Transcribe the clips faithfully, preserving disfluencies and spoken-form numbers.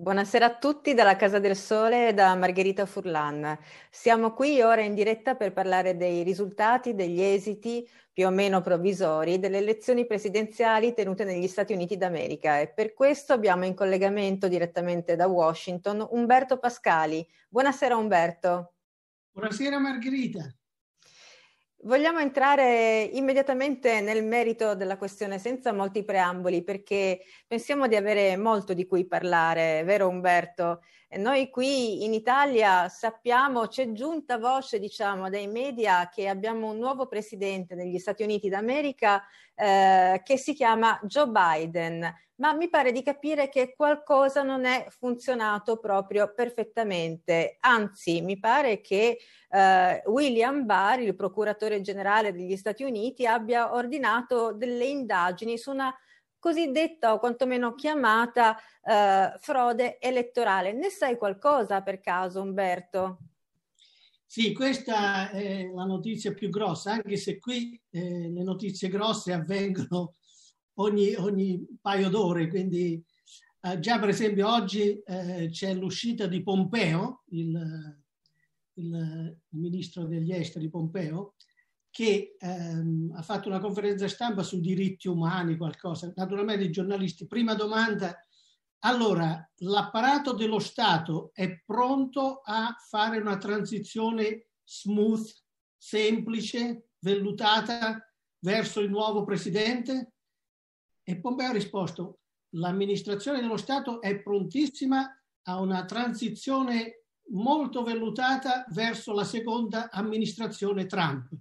Buonasera a tutti dalla Casa del Sole e da Margherita Furlan. Siamo qui ora in diretta per parlare dei risultati, degli esiti più o meno provvisori delle elezioni presidenziali tenute negli Stati Uniti d'America, e per questo abbiamo in collegamento direttamente da Washington Umberto Pascali. Buonasera Umberto. Buonasera Margherita. Vogliamo entrare immediatamente nel merito della questione senza molti preamboli, perché pensiamo di avere molto di cui parlare, vero Umberto? E noi qui in Italia sappiamo, c'è giunta voce, diciamo, dai media che abbiamo un nuovo presidente degli Stati Uniti d'America eh, che si chiama Joe Biden, ma mi pare di capire che qualcosa non è funzionato proprio perfettamente. Anzi, mi pare che Uh, William Barr, il procuratore generale degli Stati Uniti, abbia ordinato delle indagini su una cosiddetta o quantomeno chiamata uh, frode elettorale. Ne sai qualcosa per caso, Umberto? Sì, questa è la notizia più grossa, anche se qui eh, le notizie grosse avvengono ogni, ogni paio d'ore, quindi eh, già per esempio oggi eh, c'è l'uscita di Pompeo, il Il, il ministro degli esteri Pompeo, che ehm, ha fatto una conferenza stampa sui diritti umani, qualcosa. Naturalmente i giornalisti, prima domanda, allora l'apparato dello Stato è pronto a fare una transizione smooth, semplice, vellutata verso il nuovo presidente? E Pompeo ha risposto: l'amministrazione dello Stato è prontissima a una transizione molto vellutata verso la seconda amministrazione Trump.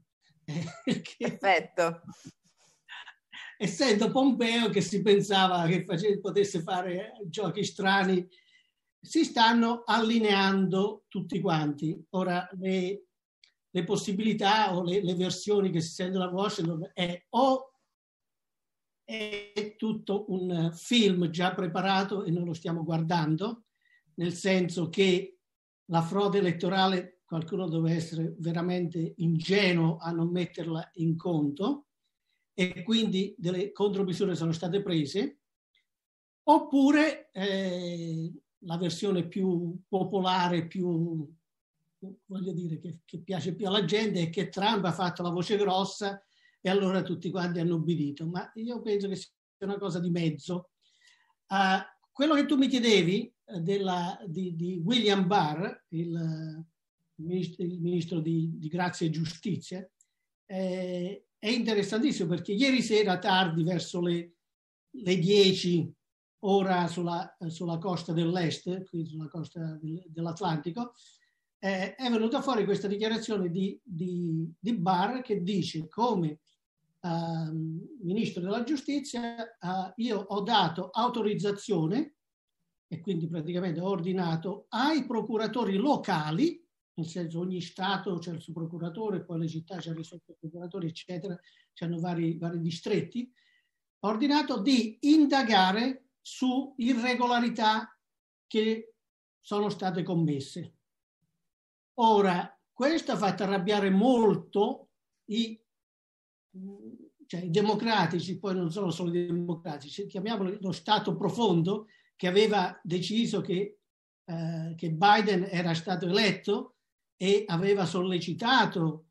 Perfetto. Essendo Pompeo, che si pensava che face, potesse fare giochi strani, si stanno allineando tutti quanti. Ora, le, le possibilità o le, le versioni che si sentono a Washington è o è tutto un film già preparato e noi lo stiamo guardando, nel senso che la frode elettorale, qualcuno deve essere veramente ingenuo a non metterla in conto, e quindi delle contromisure sono state prese, oppure eh, la versione più popolare, più, voglio dire, che, che piace più alla gente, è che Trump ha fatto la voce grossa e allora tutti quanti hanno ubbidito. Ma io penso che sia una cosa di mezzo. Uh, quello che tu mi chiedevi della, di, di William Barr, il, il ministro, il ministro di, di Grazia e Giustizia, eh, è interessantissimo, perché ieri sera tardi, verso le, le dieci, ora sulla, sulla costa dell'est, qui sulla costa del, dell'Atlantico, eh, è venuta fuori questa dichiarazione di, di, di Barr, che dice: come uh, ministro della Giustizia uh, io ho dato autorizzazione, e quindi praticamente ho ordinato ai procuratori locali, nel senso ogni stato c'è il suo procuratore, poi le città c'hanno i suoi procuratori, eccetera, c'hanno vari, vari distretti, ho ordinato di indagare su irregolarità che sono state commesse. Ora, questo ha fatto arrabbiare molto i, cioè, i democratici, poi non sono solo i democratici, chiamiamolo lo Stato profondo, che aveva deciso che, eh, che Biden era stato eletto e aveva sollecitato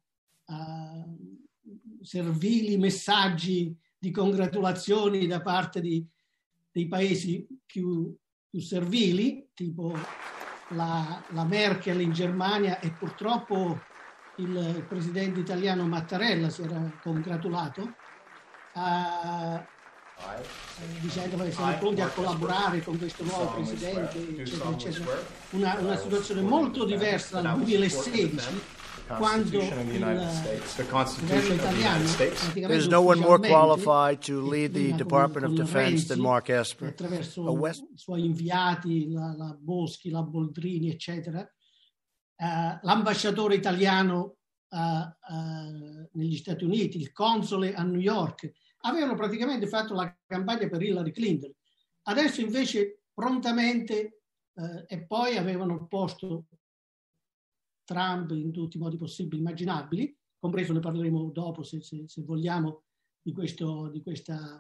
uh, servili messaggi di congratulazioni da parte di, dei paesi più, più servili, tipo la, la Merkel in Germania, e purtroppo il, il presidente italiano Mattarella si era congratulato, uh, dicendo che siamo pronti a collaborare con questo nuovo presidente, eccetera, eccetera. Una, una situazione molto diversa dal duemilasedici, quando il governo italiano, There's no one more qualified to lead the Department of Defense than Mark Esper. Attraverso West- i suoi inviati, la, la Boschi, la Boldrini, eccetera, uh, l'ambasciatore italiano uh, uh, negli Stati Uniti, il console a New York, avevano praticamente fatto la campagna per Hillary Clinton. Adesso invece prontamente eh, e poi avevano posto Trump in tutti i modi possibili, immaginabili, compreso, ne parleremo dopo se, se, se vogliamo, di, questo, di questa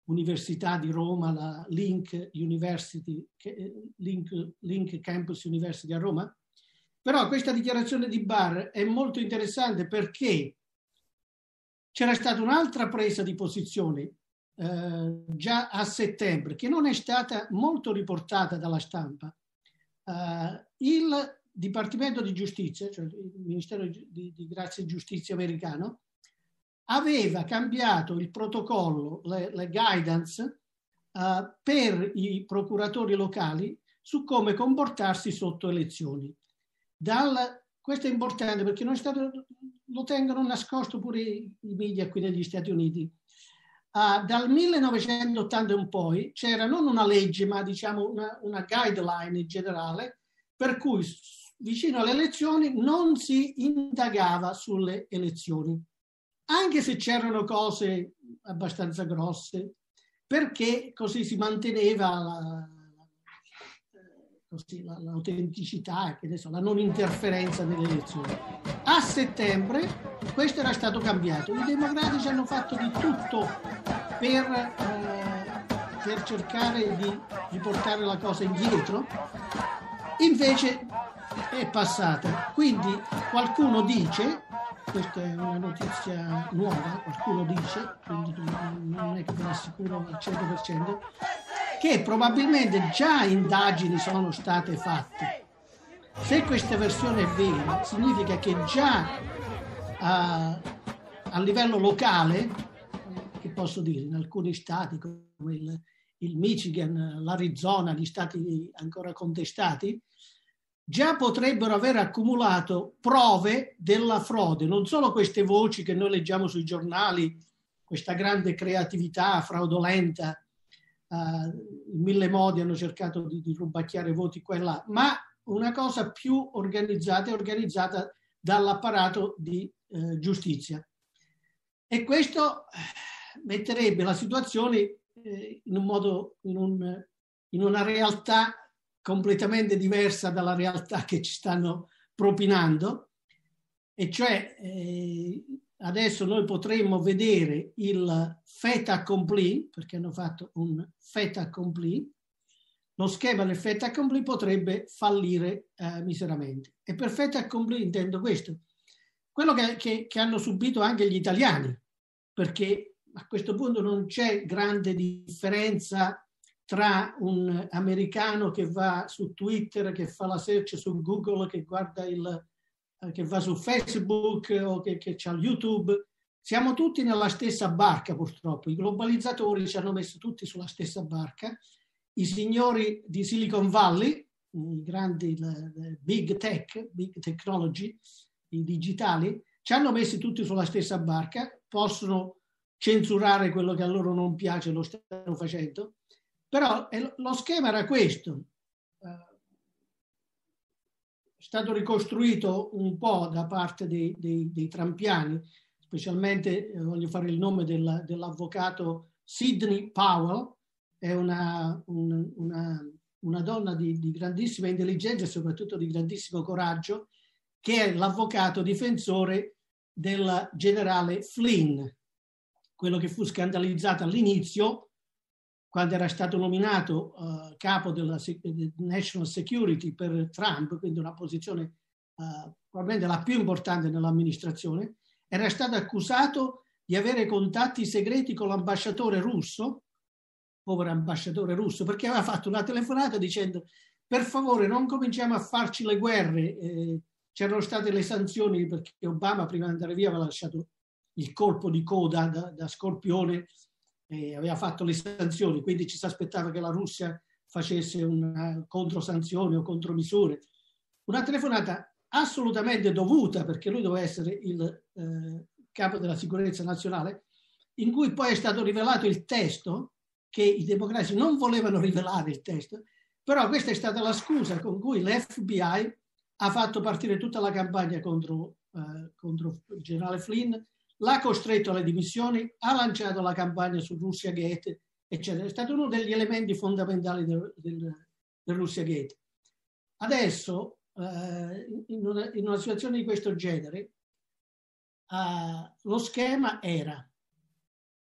Università di Roma, la Link University, Link, Link Campus University a Roma. Però questa dichiarazione di Barr è molto interessante perché c'era stata un'altra presa di posizione eh, già a settembre, che non è stata molto riportata dalla stampa. Uh, il Dipartimento di Giustizia, cioè il Ministero di, di Grazia e Giustizia americano, aveva cambiato il protocollo, le, le guidance uh, per i procuratori locali su come comportarsi sotto elezioni. Dal, questo è importante perché non è stato, lo tengono nascosto pure i, i media qui negli Stati Uniti. Uh, dal millenovecentottanta in poi c'era non una legge, ma diciamo una, una guideline generale per cui vicino alle elezioni non si indagava sulle elezioni, anche se c'erano cose abbastanza grosse, perché così si manteneva la, così, la, l'autenticità, che adesso, la non interferenza nelle elezioni. A settembre questo era stato cambiato. I democratici hanno fatto di tutto per, eh, per cercare di, di portare la cosa indietro, invece è passata. Quindi qualcuno dice, questa è una notizia nuova, qualcuno dice, quindi non è che ve l'assicuro al cento per cento, che probabilmente già indagini sono state fatte. Se questa versione è vera, significa che già a, a livello locale, che posso dire, in alcuni stati come il, il Michigan, l'Arizona, gli stati ancora contestati, già potrebbero aver accumulato prove della frode, non solo queste voci che noi leggiamo sui giornali, questa grande creatività fraudolenta, uh, in mille modi hanno cercato di, di rubacchiare voti qua e là, ma una cosa più organizzata e organizzata dall'apparato di eh, giustizia. E questo metterebbe la situazione eh, in un modo, in, un, in una realtà completamente diversa dalla realtà che ci stanno propinando, e cioè eh, adesso noi potremmo vedere il fait accompli, perché hanno fatto un fait accompli. Lo schema del fait accompli potrebbe fallire eh, miseramente. E per fait accompli intendo questo, quello che, che, che hanno subito anche gli italiani, perché a questo punto non c'è grande differenza tra un americano che va su Twitter, che fa la search su Google, che guarda il, che va su Facebook o che, che c'ha YouTube. Siamo tutti nella stessa barca, purtroppo. I globalizzatori ci hanno messo tutti sulla stessa barca. I signori di Silicon Valley, i grandi le, le big tech, big technology, i digitali, ci hanno messi tutti sulla stessa barca, possono censurare quello che a loro non piace, lo stanno facendo, però lo schema era questo. È stato ricostruito un po' da parte dei, dei, dei trumpiani, specialmente eh, voglio fare il nome della, dell'avvocato Sidney Powell. È una, un, una, una donna di, di grandissima intelligenza e soprattutto di grandissimo coraggio, che è l'avvocato difensore del generale Flynn, quello che fu scandalizzato all'inizio quando era stato nominato uh, capo della National Security per Trump, quindi una posizione uh, probabilmente la più importante nell'amministrazione. Era stato accusato di avere contatti segreti con l'ambasciatore russo, povero ambasciatore russo, perché aveva fatto una telefonata dicendo: per favore non cominciamo a farci le guerre, eh, c'erano state le sanzioni perché Obama prima di andare via aveva lasciato il colpo di coda da, da scorpione, eh, aveva fatto le sanzioni, quindi ci si aspettava che la Russia facesse una controsanzione o contromisure. Una telefonata assolutamente dovuta, perché lui doveva essere il eh, capo della sicurezza nazionale, in cui poi è stato rivelato il testo, che i democratici non volevano rivelare il testo, però questa è stata la scusa con cui l'F B I ha fatto partire tutta la campagna contro, eh, contro il generale Flynn, l'ha costretto alle dimissioni, ha lanciato la campagna su Russia Gate, eccetera. È stato uno degli elementi fondamentali del, del, del Russia Gate. Adesso, eh, in, una, in una situazione di questo genere, eh, lo schema era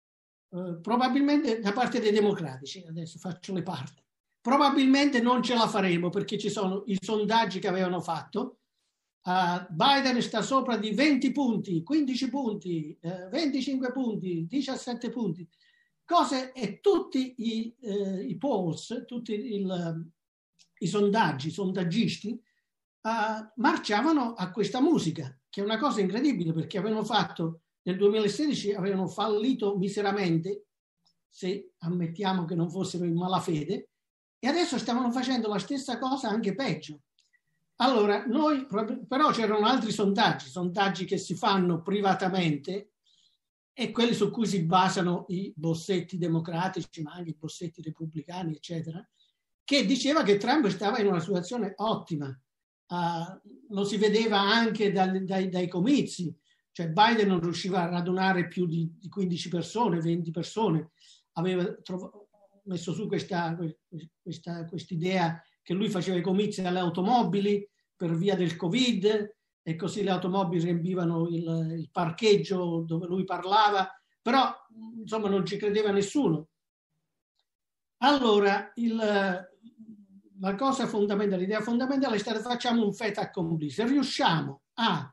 eh, probabilmente da parte dei democratici, adesso faccio le parti, probabilmente non ce la faremo perché ci sono i sondaggi che avevano fatto. Uh, Biden sta sopra di venti punti, quindici punti, eh, venticinque punti, diciassette punti, cose e tutti i, eh, i polls, tutti il, i sondaggi, i sondaggisti uh, marciavano a questa musica, che è una cosa incredibile perché avevano fatto nel duemilasedici, avevano fallito miseramente, se ammettiamo che non fossero in malafede, e adesso stavano facendo la stessa cosa anche peggio. Allora, noi, però c'erano altri sondaggi, sondaggi che si fanno privatamente e quelli su cui si basano i bossetti democratici, ma anche i bossetti repubblicani, eccetera, che diceva che Trump stava in una situazione ottima. Uh, lo si vedeva anche dai, dai, dai comizi, cioè Biden non riusciva a radunare più di, di quindici persone, venti persone, aveva trov- messo su questa questa quest'idea che lui faceva i comizi alle automobili per via del Covid e così le automobili riempivano il, il parcheggio dove lui parlava, però insomma non ci credeva nessuno. Allora, il, la cosa fondamentale, l'idea fondamentale è stata facciamo un fait accompli. Se riusciamo a,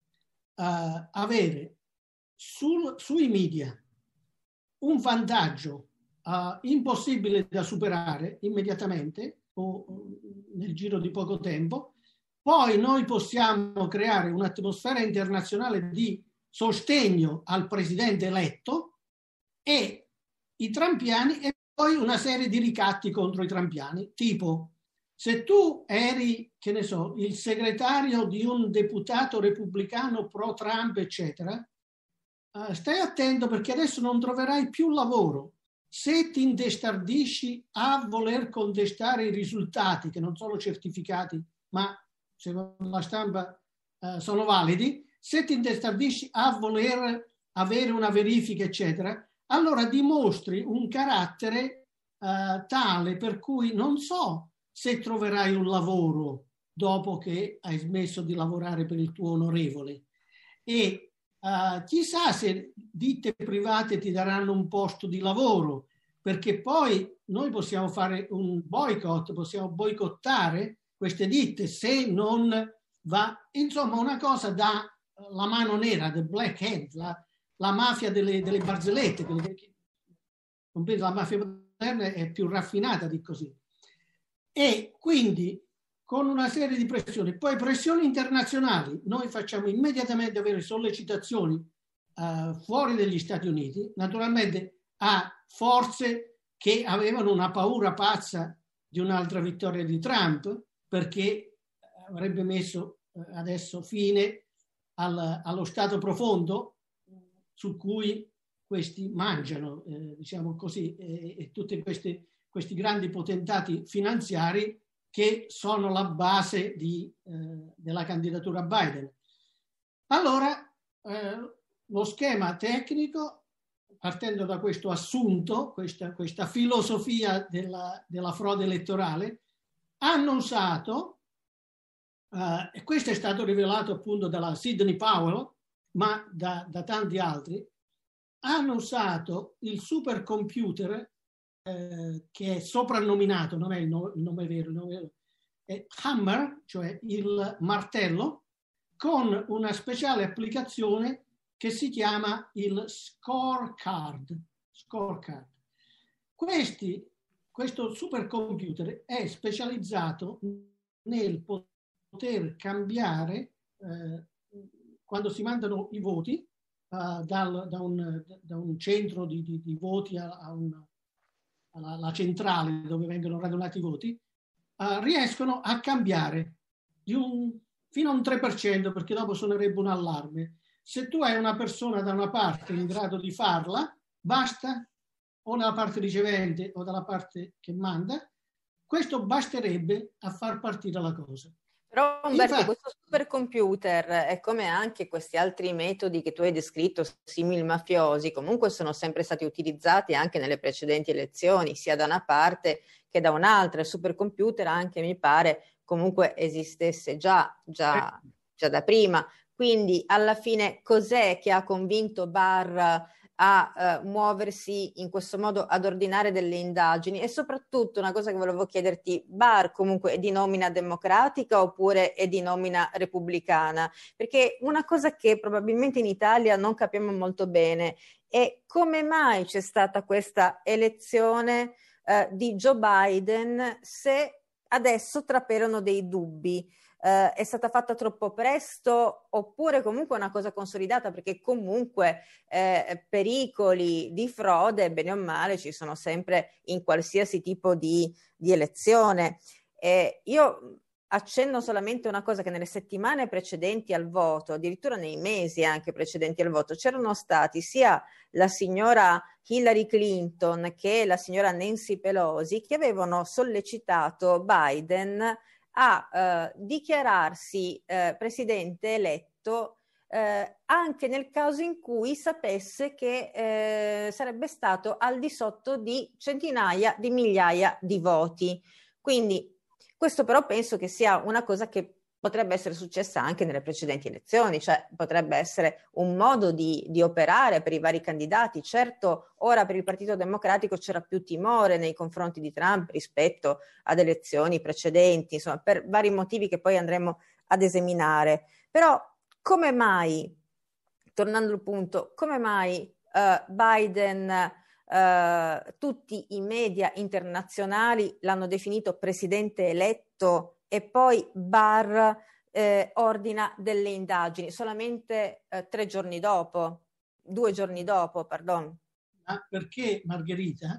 a avere sul, sui media un vantaggio uh, impossibile da superare immediatamente o nel giro di poco tempo, poi noi possiamo creare un'atmosfera internazionale di sostegno al presidente eletto e i trumpiani e poi una serie di ricatti contro i trumpiani, tipo se tu eri, che ne so, il segretario di un deputato repubblicano pro-Trump, eccetera, uh, stai attento perché adesso non troverai più lavoro. Se ti intestardisci a voler contestare i risultati, che non sono certificati, ma secondo la stampa uh, sono validi, se ti intestardisci a voler avere una verifica, eccetera, allora dimostri un carattere uh, tale per cui non so se troverai un lavoro dopo che hai smesso di lavorare per il tuo onorevole. E uh, chissà se ditte private ti daranno un posto di lavoro, perché poi noi possiamo fare un boycott, possiamo boicottare queste ditte se non va, insomma una cosa da la mano nera, the black hand, la, la mafia delle, delle barzellette, che, la mafia moderna è più raffinata di così. E quindi con una serie di pressioni, poi pressioni internazionali, noi facciamo immediatamente avere sollecitazioni uh, fuori dagli Stati Uniti, naturalmente a forze che avevano una paura pazza di un'altra vittoria di Trump, perché avrebbe messo uh, adesso fine al, allo stato profondo su cui questi mangiano, eh, diciamo così, e, e tutti questi, questi grandi potentati finanziari che sono la base di, eh, della candidatura Biden. Allora, eh, lo schema tecnico, partendo da questo assunto, questa, questa filosofia della, della frode elettorale, hanno usato, eh, e questo è stato rivelato appunto dalla Sidney Powell, ma da, da tanti altri, hanno usato il supercomputer eh, che è soprannominato, non è il, no, il nome vero, il nome vero, è Hammer, cioè il martello, con una speciale applicazione che si chiama il scorecard. scorecard. Questi, questo supercomputer è specializzato nel poter cambiare eh, quando si mandano i voti uh, dal, da, un, da un centro di, di, di voti a, a una, alla, alla centrale dove vengono radunati i voti, uh, riescono a cambiare di un, fino a un tre per cento, perché dopo suonerebbe un allarme. Se tu hai una persona da una parte in grado di farla, basta, o dalla parte ricevente o dalla parte che manda, questo basterebbe a far partire la cosa. Però Umberto, infatti, questo supercomputer è come anche questi altri metodi che tu hai descritto, simili mafiosi, comunque sono sempre stati utilizzati anche nelle precedenti elezioni, sia da una parte che da un'altra. Il supercomputer anche mi pare comunque esistesse già, già, già da prima. Quindi alla fine cos'è che ha convinto Barr a uh, muoversi in questo modo, ad ordinare delle indagini? E soprattutto una cosa che volevo chiederti, Barr comunque è di nomina democratica oppure è di nomina repubblicana? Perché una cosa che probabilmente in Italia non capiamo molto bene è come mai c'è stata questa elezione uh, di Joe Biden, se adesso trapelano dei dubbi. Uh, è stata fatta troppo presto oppure comunque una cosa consolidata, perché comunque eh, pericoli di frode, bene o male, ci sono sempre in qualsiasi tipo di, di elezione. Eh, io accenno solamente una cosa, che nelle settimane precedenti al voto, addirittura nei mesi anche precedenti al voto, c'erano stati sia la signora Hillary Clinton che la signora Nancy Pelosi che avevano sollecitato Biden a eh, dichiararsi eh, presidente eletto eh, anche nel caso in cui sapesse che eh, sarebbe stato al di sotto di centinaia di migliaia di voti. Quindi questo però penso che sia una cosa che potrebbe essere successa anche nelle precedenti elezioni, cioè potrebbe essere un modo di, di operare per i vari candidati. Certo, ora per il Partito Democratico c'era più timore nei confronti di Trump rispetto ad elezioni precedenti, insomma, per vari motivi che poi andremo ad esaminare. Però come mai, tornando al punto, come mai uh, Biden, uh, tutti i media internazionali l'hanno definito presidente eletto e poi Barr eh, ordina delle indagini solamente eh, tre giorni dopo, due giorni dopo, pardon. Ma perché, Margherita,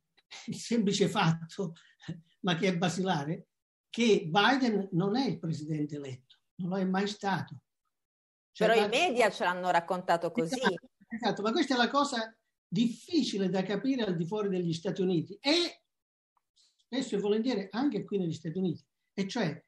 il semplice fatto, ma che è basilare, che Biden non è il presidente eletto, non lo è mai stato. Cioè, però la... i media ce l'hanno raccontato così. Esatto, esatto, ma questa è la cosa difficile da capire al di fuori degli Stati Uniti e spesso e volentieri anche qui negli Stati Uniti. E cioè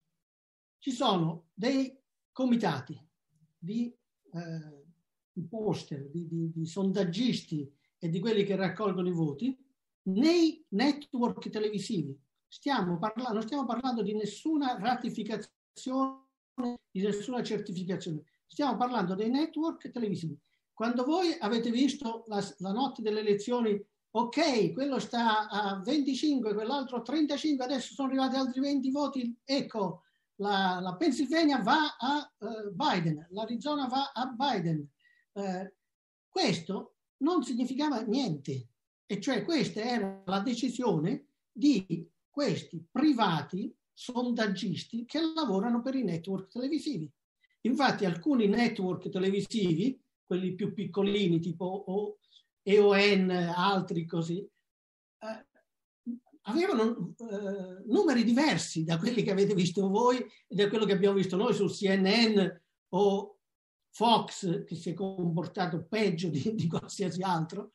ci sono dei comitati di, eh, di poster, di, di, di sondaggisti e di quelli che raccolgono i voti nei network televisivi. Stiamo parlando, non stiamo parlando di nessuna ratificazione, di nessuna certificazione. Stiamo parlando dei network televisivi. Quando voi avete visto la, la notte delle elezioni, ok, quello sta a venticinque, quell'altro a trentacinque, adesso sono arrivati altri venti voti, ecco, la, la Pennsylvania va a uh, Biden, l'Arizona va a Biden. Uh, questo non significava niente, e cioè questa era la decisione di questi privati sondaggisti che lavorano per i network televisivi. Infatti alcuni network televisivi, quelli più piccolini tipo o, E O N, altri così, eh, avevano eh, numeri diversi da quelli che avete visto voi e da quello che abbiamo visto noi su C N N o Fox, che si è comportato peggio di, di qualsiasi altro.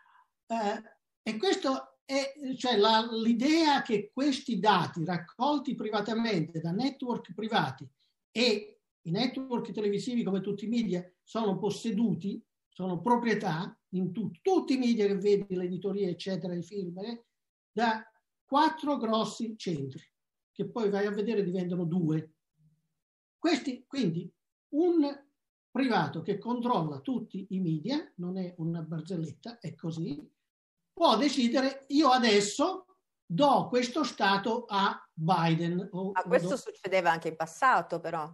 Eh, e questo è, cioè la, l'idea che questi dati raccolti privatamente da network privati, e i network televisivi come tutti i media sono posseduti, sono proprietà in tu, tutti i media che vedi, l'editoria eccetera, i film, eh, da quattro grossi centri, che poi vai a vedere diventano due. Questi, quindi, un privato che controlla tutti i media, non è una barzelletta, è così, può decidere: io adesso do questo stato a Biden. O Ma questo do... succedeva anche in passato, però.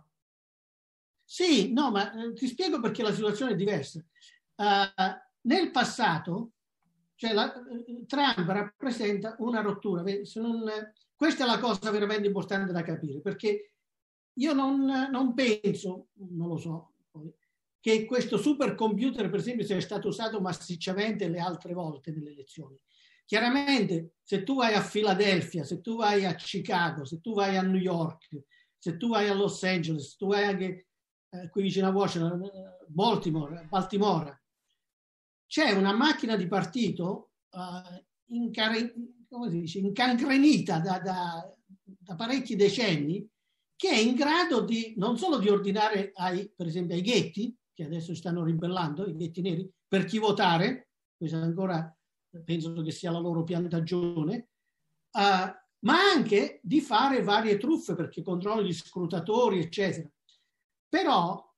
Sì, no, ma eh, ti spiego perché la situazione è diversa. Uh, nel passato, cioè la, uh, Trump rappresenta una rottura. Se non, uh, questa è la cosa veramente importante da capire, perché io non, uh, non penso, non lo so, che questo supercomputer, per esempio, sia stato usato massicciamente le altre volte nelle elezioni. Chiaramente, se tu vai a Filadelfia, se tu vai a Chicago, se tu vai a New York, se tu vai a Los Angeles, se tu vai anche eh, qui vicino a Washington, eh, Baltimore, Baltimora, c'è una macchina di partito eh, incar- come si dice, incancrenita da, da, da parecchi decenni, che è in grado di non solo di ordinare ai, per esempio ai ghetti, che adesso stanno ribellando, i ghetti neri, per chi votare, questo ancora penso che sia la loro piantagione, uh, ma anche di fare varie truffe perché controlla gli scrutatori, eccetera. Però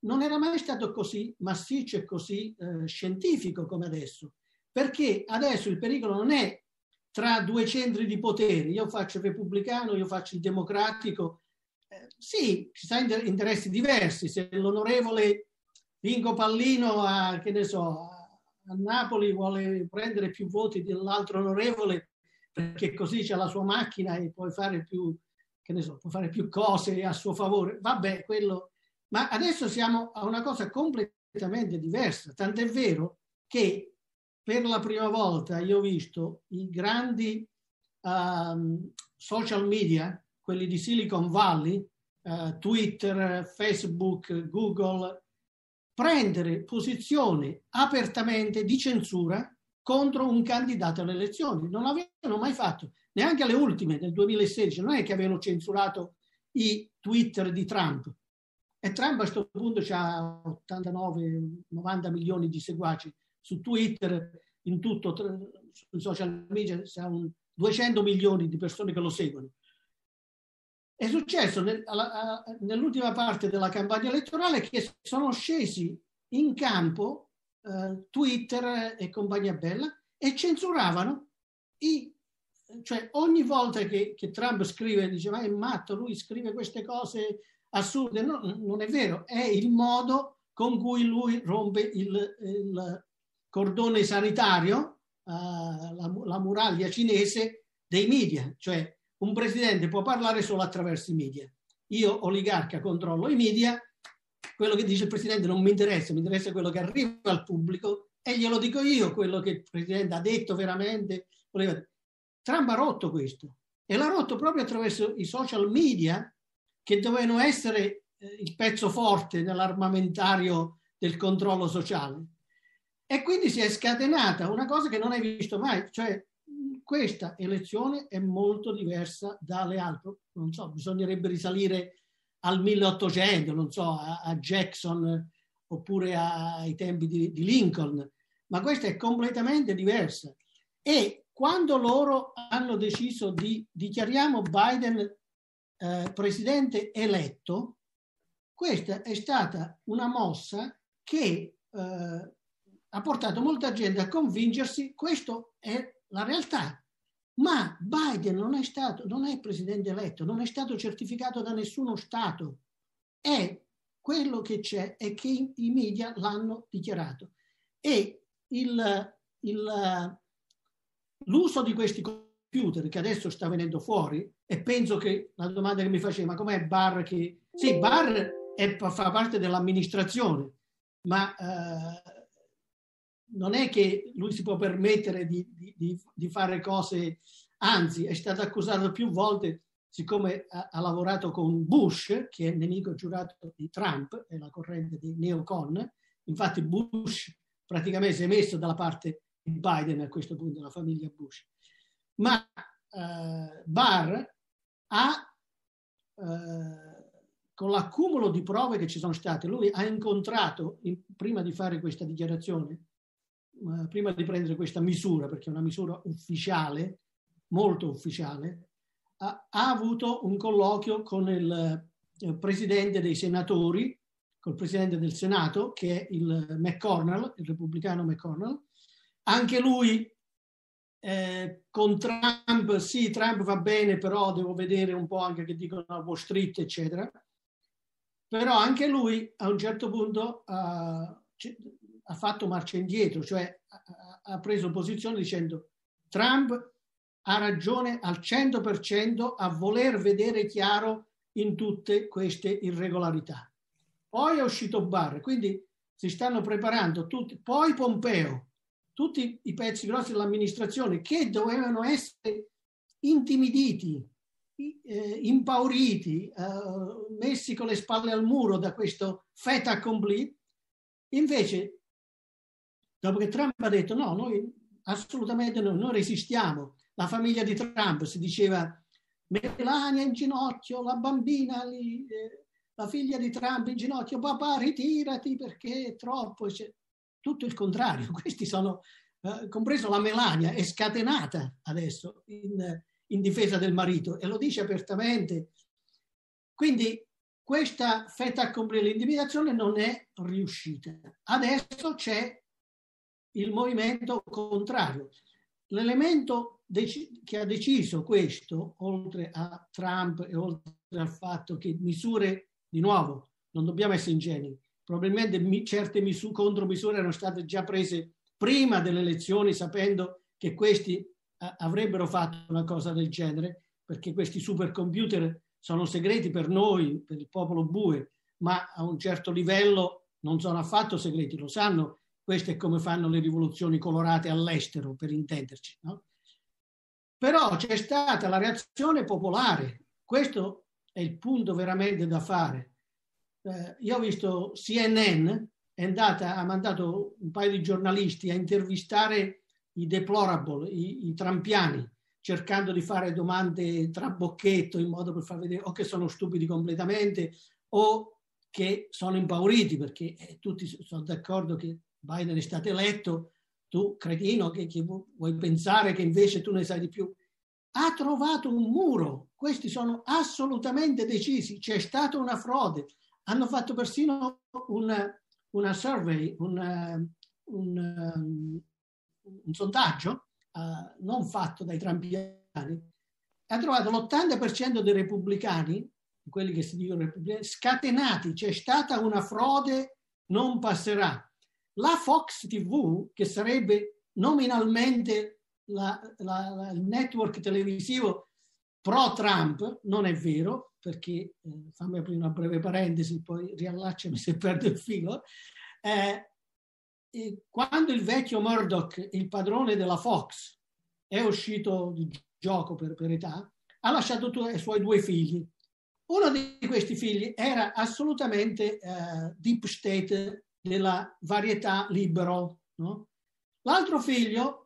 non era mai stato così massiccio e così eh, scientifico come adesso, perché adesso il pericolo non è tra due centri di potere, io faccio il repubblicano, io faccio il democratico, eh, sì, ci sono interessi diversi, se l'onorevole Ringo Pallino a, che ne so, a Napoli vuole prendere più voti dell'altro onorevole perché così c'è la sua macchina e può fare più, che ne so, può fare più cose a suo favore, vabbè, quello. Ma adesso siamo a una cosa completamente diversa, tant'è vero che per la prima volta io ho visto i grandi um, social media, quelli di Silicon Valley, uh, Twitter, Facebook, Google, prendere posizione apertamente di censura contro un candidato alle elezioni. Non l'avevano mai fatto, neanche alle ultime del duemilasedici, non è che avevano censurato i Twitter di Trump. E Trump a questo punto ha ottantanove novanta milioni di seguaci su Twitter, in tutto sui social media c'è un duecento milioni di persone che lo seguono. È successo nel, alla, nell'ultima parte della campagna elettorale che sono scesi in campo eh, Twitter e compagnia bella e censuravano i, cioè ogni volta che, che Trump scrive, dice ma è matto, lui scrive queste cose assurde. No, non è vero, è il modo con cui lui rompe il, il cordone sanitario, uh, la, la muraglia cinese dei media, cioè un presidente può parlare solo attraverso i media. Io, oligarca, controllo i media, quello che dice il presidente non mi interessa, mi interessa quello che arriva al pubblico e glielo dico io, quello che il presidente ha detto veramente. Trump ha rotto questo e l'ha rotto proprio attraverso i social media che dovevano essere eh, il pezzo forte nell'armamentario del controllo sociale. E quindi si è scatenata una cosa che non hai visto mai, cioè questa elezione è molto diversa dalle altre. Non so, bisognerebbe risalire al milleottocento, non so, a, a Jackson oppure a, ai tempi di, di Lincoln, ma questa è completamente diversa. E quando loro hanno deciso di dichiariamo Biden eh, presidente eletto, questa è stata una mossa che eh, ha portato molta gente a convincersi questo è la realtà. Ma Biden non è stato, non è presidente eletto, non è stato certificato da nessuno Stato. È quello che c'è e che i, i media l'hanno dichiarato. E il, il, l'uso di questi computer che adesso sta venendo fuori, e penso che la domanda che mi faceva, ma com'è Barr che... Sì, Barr è, fa parte dell'amministrazione, ma... Eh, non è che lui si può permettere di, di, di fare cose, anzi è stato accusato più volte, siccome ha, ha lavorato con Bush, che è nemico giurato di Trump, è la corrente dei neocon, infatti Bush praticamente si è messo dalla parte di Biden a questo punto, la famiglia Bush. Ma eh, Barr ha, eh, con l'accumulo di prove che ci sono state, lui ha incontrato, in, prima di fare questa dichiarazione, prima di prendere questa misura, perché è una misura ufficiale, molto ufficiale, ha, ha avuto un colloquio con il, il presidente dei senatori, col presidente del Senato, che è il McConnell, il repubblicano McConnell. Anche lui eh, con Trump, sì, Trump va bene, però devo vedere un po' anche che dicono a Wall Street, eccetera. Però anche lui a un certo punto uh, ha fatto marcia indietro, cioè ha, ha preso posizione dicendo Trump ha ragione al cento per cento a voler vedere chiaro in tutte queste irregolarità. Poi è uscito Barr, quindi si stanno preparando tutti, poi Pompeo, tutti i pezzi grossi dell'amministrazione che dovevano essere intimiditi, eh, impauriti, eh, messi con le spalle al muro da questo fait accompli. Invece, dopo che Trump ha detto no, noi assolutamente no, noi resistiamo, la famiglia di Trump si diceva Melania in ginocchio, la bambina lì, eh, la figlia di Trump in ginocchio, papà ritirati perché è troppo, cioè, tutto il contrario. Questi sono, eh, compreso la Melania, è scatenata adesso in, in difesa del marito e lo dice apertamente. Quindi questa fait accompli, l'intimidazione non è riuscita. Adesso c'è il movimento contrario. L'elemento dec- che ha deciso questo, oltre a Trump e oltre al fatto che misure, di nuovo, non dobbiamo essere ingenui, probabilmente mi- certe misure, contromisure erano state già prese prima delle elezioni, sapendo che questi eh, avrebbero fatto una cosa del genere, perché questi supercomputer sono segreti per noi, per il popolo bue, ma a un certo livello non sono affatto segreti, lo sanno. Questo è come fanno le rivoluzioni colorate all'estero, per intenderci, no? Però c'è stata la reazione popolare. Questo è il punto veramente da fare. Eh, io ho visto C N N, è andata, ha mandato un paio di giornalisti a intervistare i deplorable, i, i trampiani, cercando di fare domande trabocchetto in modo per far vedere o che sono stupidi completamente o che sono impauriti, perché eh, tutti sono d'accordo che Biden è stato eletto, tu cretino che, che vuoi pensare che invece tu ne sai di più. Ha trovato un muro, questi sono assolutamente decisi, c'è stata una frode, hanno fatto persino una, una survey, una, un, um, un sondaggio uh, non fatto dai trampiani, ha trovato l'ottanta per cento dei repubblicani, quelli che si dicono repubblicani, scatenati, c'è stata una frode, non passerà. La Fox tivù, che sarebbe nominalmente la, la, la, il network televisivo pro-Trump, non è vero, perché, eh, fammi aprire una breve parentesi, poi riallacciami se perdo il filo, eh, eh, quando il vecchio Murdoch, il padrone della Fox, è uscito di gioco per, per età, ha lasciato tu, i suoi due figli. Uno di questi figli era assolutamente eh, deep state, della varietà libero, no? L'altro figlio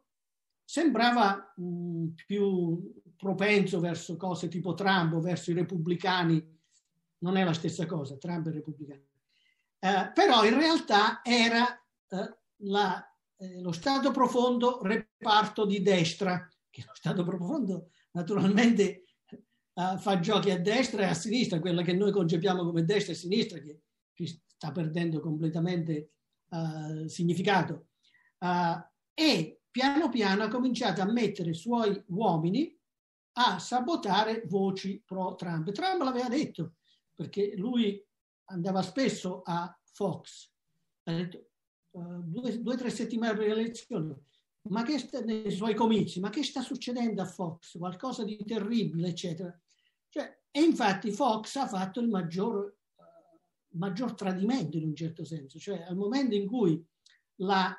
sembrava mh, più propenso verso cose tipo Trump o verso i repubblicani, non è la stessa cosa, Trump e repubblicani, eh, però in realtà era eh, la, eh, lo Stato profondo reparto di destra, che lo Stato profondo naturalmente eh, fa giochi a destra e a sinistra, quella che noi concepiamo come destra e sinistra, che sta perdendo completamente uh, significato, uh, e piano piano ha cominciato a mettere i suoi uomini a sabotare voci pro Trump. Trump l'aveva detto, perché lui andava spesso a Fox, ha detto uh, due o tre settimane prima delle elezioni, ma che sta, nei suoi comizi, ma che sta succedendo a Fox? Qualcosa di terribile, eccetera. Cioè, e infatti Fox ha fatto il maggior maggior tradimento in un certo senso, cioè al momento in cui la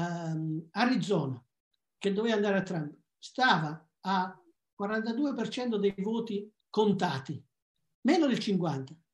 um, Arizona, che doveva andare a Trump, stava a quarantadue per cento dei voti contati, meno del cinquanta per cento.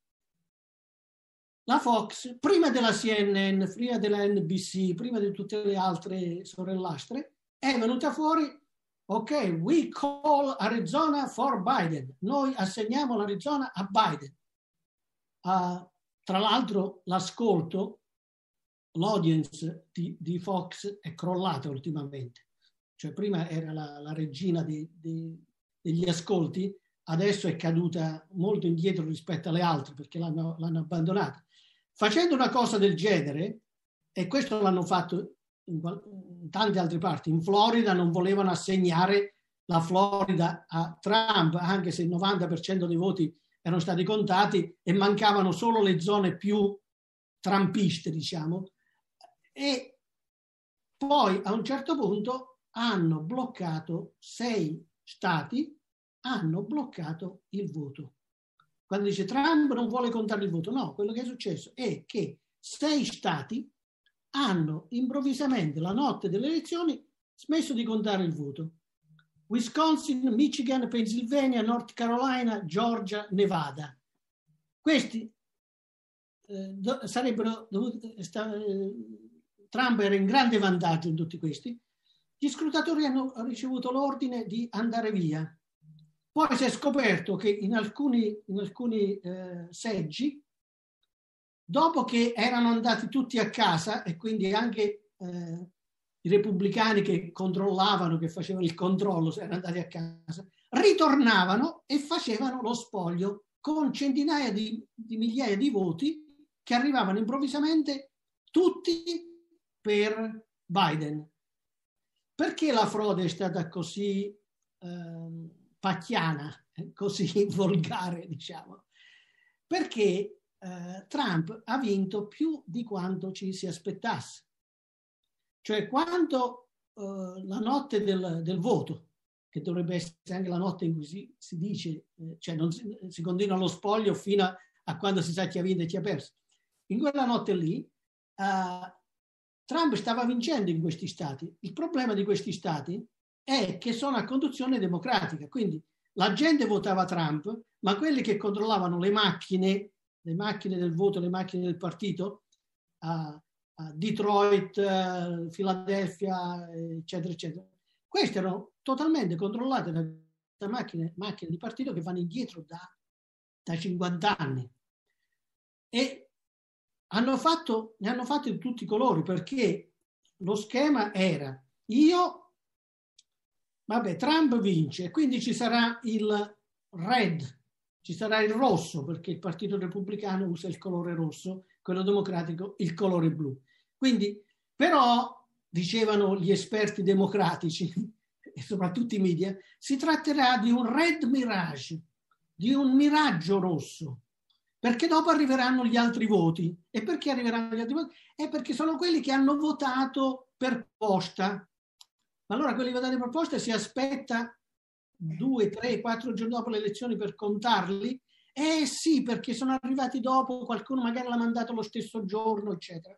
La Fox, prima della C N N, prima della N B C, prima di tutte le altre sorellastre, è venuta fuori, ok, we call Arizona for Biden, noi assegniamo l'Arizona a Biden. Uh, Tra l'altro l'ascolto, l'audience di, di Fox è crollata ultimamente. Cioè prima era la, la regina di, di, degli ascolti, adesso è caduta molto indietro rispetto alle altre perché l'hanno, l'hanno abbandonata. Facendo una cosa del genere, e questo l'hanno fatto in, in tante altre parti, in Florida non volevano assegnare la Florida a Trump, anche se il novanta per cento dei voti erano stati contati e mancavano solo le zone più trumpiste, diciamo, e poi a un certo punto hanno bloccato sei stati, hanno bloccato il voto. Quando dice Trump non vuole contare il voto, no, quello che è successo è che sei stati hanno improvvisamente la notte delle elezioni smesso di contare il voto. Wisconsin, Michigan, Pennsylvania, North Carolina, Georgia, Nevada. Questi eh, do, sarebbero dovuti, sta, eh, Trump era in grande vantaggio in tutti questi. Gli scrutatori hanno ricevuto l'ordine di andare via. Poi si è scoperto che in alcuni, in alcuni eh, seggi, dopo che erano andati tutti a casa e quindi anche eh, i repubblicani che controllavano, che facevano il controllo, erano andati a casa, ritornavano e facevano lo spoglio con centinaia di, di migliaia di voti che arrivavano improvvisamente tutti per Biden. Perché la frode è stata così eh, pacchiana, così volgare, diciamo? Perché eh, Trump ha vinto più di quanto ci si aspettasse. Cioè, quando eh, la notte del, del voto, che dovrebbe essere anche la notte in cui si, si dice, eh, cioè non si, si continua lo spoglio fino a, a quando si sa chi ha vinto e chi ha perso. In quella notte lì eh, Trump stava vincendo in questi stati. Il problema di questi stati è che sono a conduzione democratica, quindi la gente votava Trump, ma quelli che controllavano le macchine, le macchine del voto, le macchine del partito, a, a Detroit, uh, Philadelphia, eccetera, eccetera, queste erano totalmente controllate da, da macchine, macchine di partito che vanno indietro da, da cinquanta anni. E hanno fatto, ne hanno fatto di tutti i colori, perché lo schema era: io, vabbè, Trump vince, quindi ci sarà il red, ci sarà il rosso, perché il Partito Repubblicano usa il colore rosso, quello democratico il colore blu. Quindi, però, dicevano gli esperti democratici e soprattutto i media, si tratterà di un red mirage, di un miraggio rosso, perché dopo arriveranno gli altri voti. E perché arriveranno gli altri voti? È perché sono quelli che hanno votato per posta. Allora quelli votati per posta si aspetta due, tre, quattro giorni dopo le elezioni per contarli? Eh sì, perché sono arrivati dopo, qualcuno magari l'ha mandato lo stesso giorno, eccetera.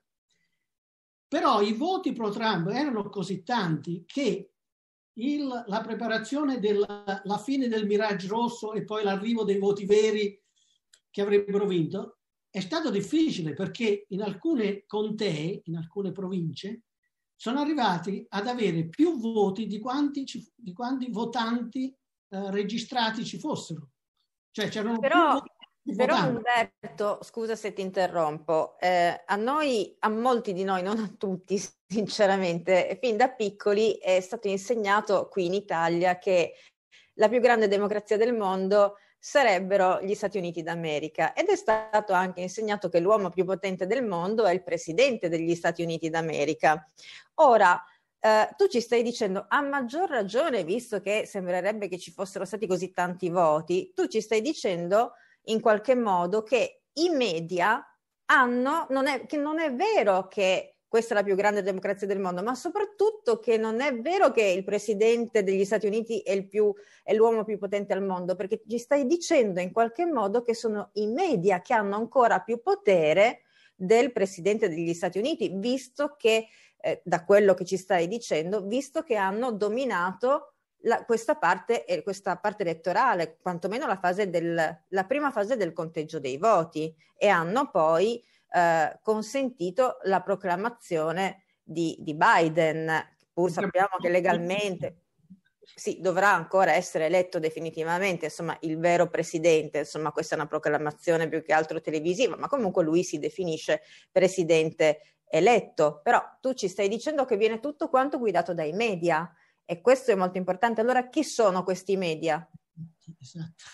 Però i voti pro Trump erano così tanti che il, la preparazione della la fine del miraggio rosso e poi l'arrivo dei voti veri che avrebbero vinto è stato difficile, perché in alcune contee, in alcune province, sono arrivati ad avere più voti di quanti, ci, di quanti votanti eh, registrati ci fossero. Cioè c'erano però, più però votanti. Umberto, scusa se ti interrompo, eh, a noi, a molti di noi, non a tutti sinceramente, fin da piccoli è stato insegnato qui in Italia che la più grande democrazia del mondo sarebbero gli Stati Uniti d'America, ed è stato anche insegnato che l'uomo più potente del mondo è il presidente degli Stati Uniti d'America. Ora, eh, tu ci stai dicendo, a maggior ragione, visto che sembrerebbe che ci fossero stati così tanti voti, tu ci stai dicendo in qualche modo che i media hanno, non è, che non è vero che questa è la più grande democrazia del mondo, ma soprattutto che non è vero che il presidente degli Stati Uniti è, il più, è l'uomo più potente al mondo, perché ci stai dicendo in qualche modo che sono i media che hanno ancora più potere del presidente degli Stati Uniti, visto che, eh, da quello che ci stai dicendo, visto che hanno dominato la, questa, parte, eh, questa parte elettorale, quantomeno la, fase del, la prima fase del conteggio dei voti, e hanno poi Eh, consentito la proclamazione di, di Biden, pur sappiamo che legalmente sì, dovrà ancora essere eletto definitivamente, insomma, il vero presidente. Insomma, questa è una proclamazione più che altro televisiva, ma comunque lui si definisce presidente eletto. Però tu ci stai dicendo che viene tutto quanto guidato dai media, e questo è molto importante. Allora, chi sono questi media? Esatto.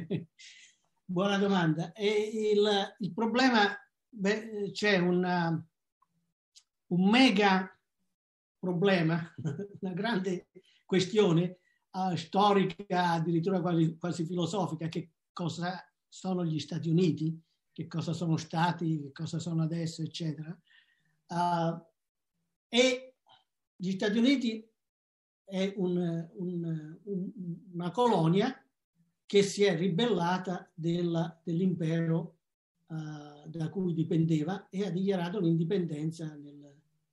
Buona domanda. E il, il problema, beh, c'è una, un mega problema, una grande questione uh, storica, addirittura quasi, quasi filosofica: che cosa sono gli Stati Uniti, che cosa sono stati, che cosa sono adesso, eccetera. Uh, e gli Stati Uniti è un, un, un, una colonia che si è ribellata della, dell'impero uh, da cui dipendeva, e ha dichiarato l'indipendenza nel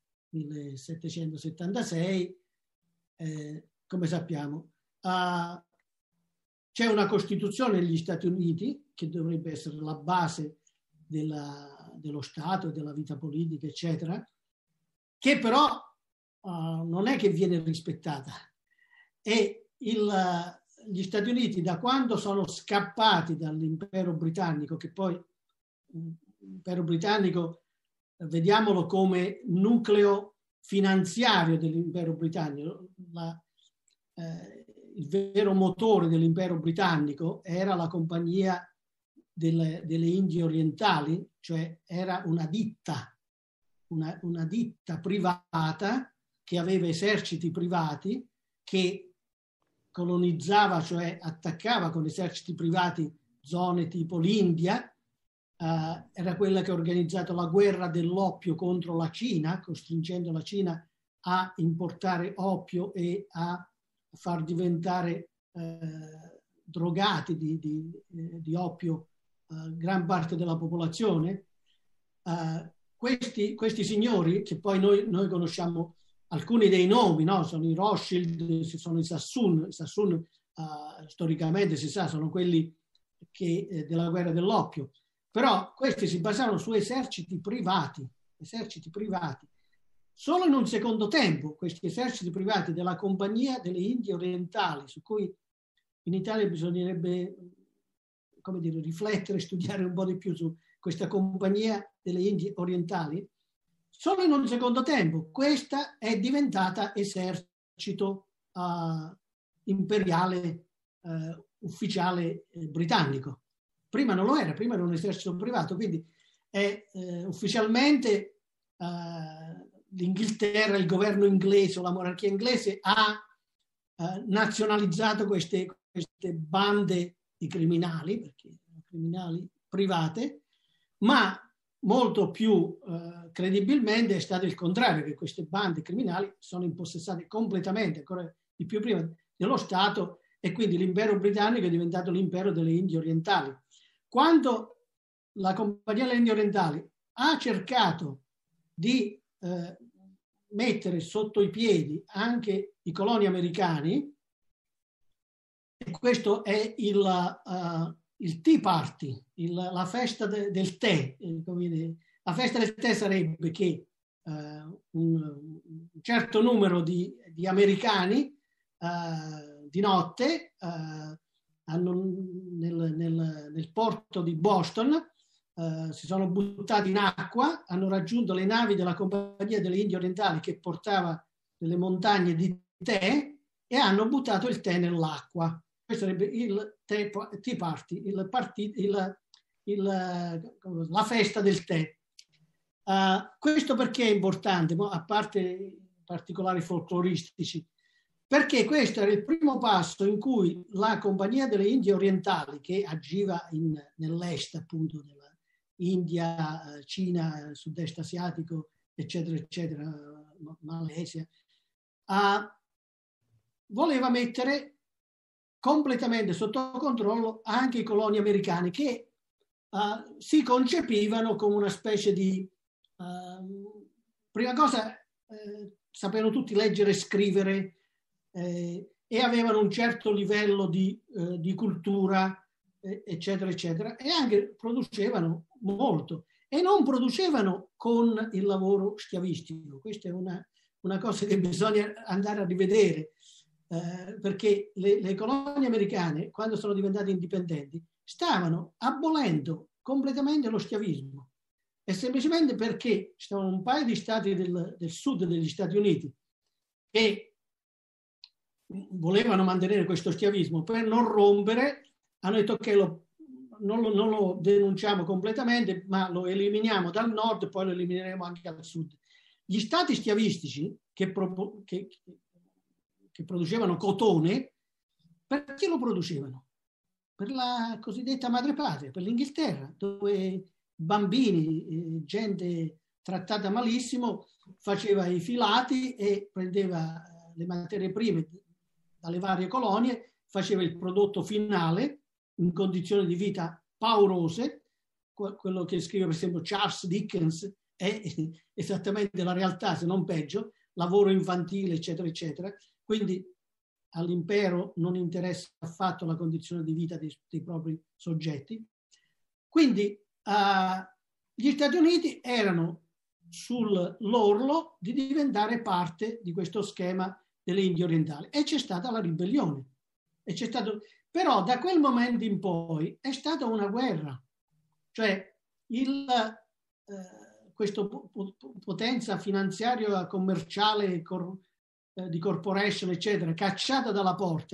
millesettecentosettantasei, eh, come sappiamo. Uh, c'è una Costituzione negli Stati Uniti che dovrebbe essere la base della, dello Stato e della vita politica, eccetera, che però uh, non è che viene rispettata. E il, gli Stati Uniti, da quando sono scappati dall'impero britannico, che poi l'impero britannico, vediamolo come nucleo finanziario dell'impero britannico, la, eh, il vero motore dell'impero britannico era la compagnia delle, delle Indie orientali, cioè era una ditta, una, una ditta privata che aveva eserciti privati, che colonizzava, cioè attaccava con eserciti privati zone tipo l'India. Uh, era quella che ha organizzato la guerra dell'oppio contro la Cina, costringendo la Cina a importare oppio e a far diventare uh, drogati di, di, di oppio uh, gran parte della popolazione. Uh, questi, questi signori, che poi noi, noi conosciamo alcuni dei nomi, no? Sono i Rothschild, sono i Sassoon, i Sassoon uh, storicamente si sa, sono quelli che, eh, della guerra dell'oppio. Però questi si basavano su eserciti privati, eserciti privati. Solo in un secondo tempo questi eserciti privati della Compagnia delle Indie Orientali, su cui in Italia bisognerebbe, come dire, riflettere, studiare un po' di più su questa Compagnia delle Indie Orientali, solo in un secondo tempo questa è diventata esercito uh, imperiale uh, ufficiale eh, britannico. Prima non lo era, prima era un esercito privato, quindi è eh, ufficialmente eh, l'Inghilterra, il governo inglese o la monarchia inglese ha eh, nazionalizzato queste, queste bande di criminali, perché erano criminali private, ma molto più eh, credibilmente è stato il contrario, che queste bande criminali sono impossessate completamente, ancora di più prima, dello Stato, e quindi l'impero britannico è diventato l'impero delle Indie Orientali. Quando la Compagnia delle Indie Orientali ha cercato di eh, mettere sotto i piedi anche i coloni americani, e questo è il, uh, il Tea Party, il, la festa de, del tè. Eh, come dire, la festa del tè sarebbe che uh, un, un certo numero di, di americani uh, di notte uh, hanno, nel, nel, nel porto di Boston uh, si sono buttati in acqua, hanno raggiunto le navi della Compagnia delle Indie Orientali che portava delle montagne di tè e hanno buttato il tè nell'acqua. Questo sarebbe il Tea Party, il party, il, il, la festa del tè. Uh, questo perché è importante, a parte particolari folcloristici? Perché questo era il primo passo in cui la Compagnia delle Indie Orientali, che agiva in, nell'est appunto della India, Cina, sud-est asiatico, eccetera, eccetera, Malesia, uh, voleva mettere completamente sotto controllo anche i coloni americani, che uh, si concepivano come una specie di... Uh, prima cosa, eh, sapevano tutti leggere e scrivere, Eh, e avevano un certo livello di, eh, di cultura, eh, eccetera, eccetera, e anche producevano molto e non producevano con il lavoro schiavistico. Questa è una, una cosa che bisogna andare a rivedere, eh, perché le, le colonie americane, quando sono diventate indipendenti, stavano abolendo completamente lo schiavismo, e semplicemente perché ci stavano un paio di stati del, del sud degli Stati Uniti che volevano mantenere questo schiavismo. Per non rompere hanno detto che lo, non, lo, non lo denunciamo completamente, ma lo eliminiamo dal nord, poi lo elimineremo anche al sud. Gli stati schiavistici che, pro, che, che producevano cotone, perché lo producevano? Per la cosiddetta madrepatria, per l'Inghilterra, dove bambini, gente trattata malissimo, faceva i filati e prendeva le materie prime dalle varie colonie, faceva il prodotto finale in condizioni di vita paurose. Quello che scrive per esempio Charles Dickens è esattamente la realtà, se non peggio, lavoro infantile, eccetera, eccetera. Quindi all'impero non interessa affatto la condizione di vita dei, dei propri soggetti. Quindi uh, gli Stati Uniti erano sull'orlo di diventare parte di questo schema delle Indie Orientali, e c'è stata la ribellione. E c'è stato, però da quel momento in poi è stata una guerra, cioè il, eh, questa potenza finanziaria, commerciale, cor, eh, di corporation, eccetera, cacciata dalla porta,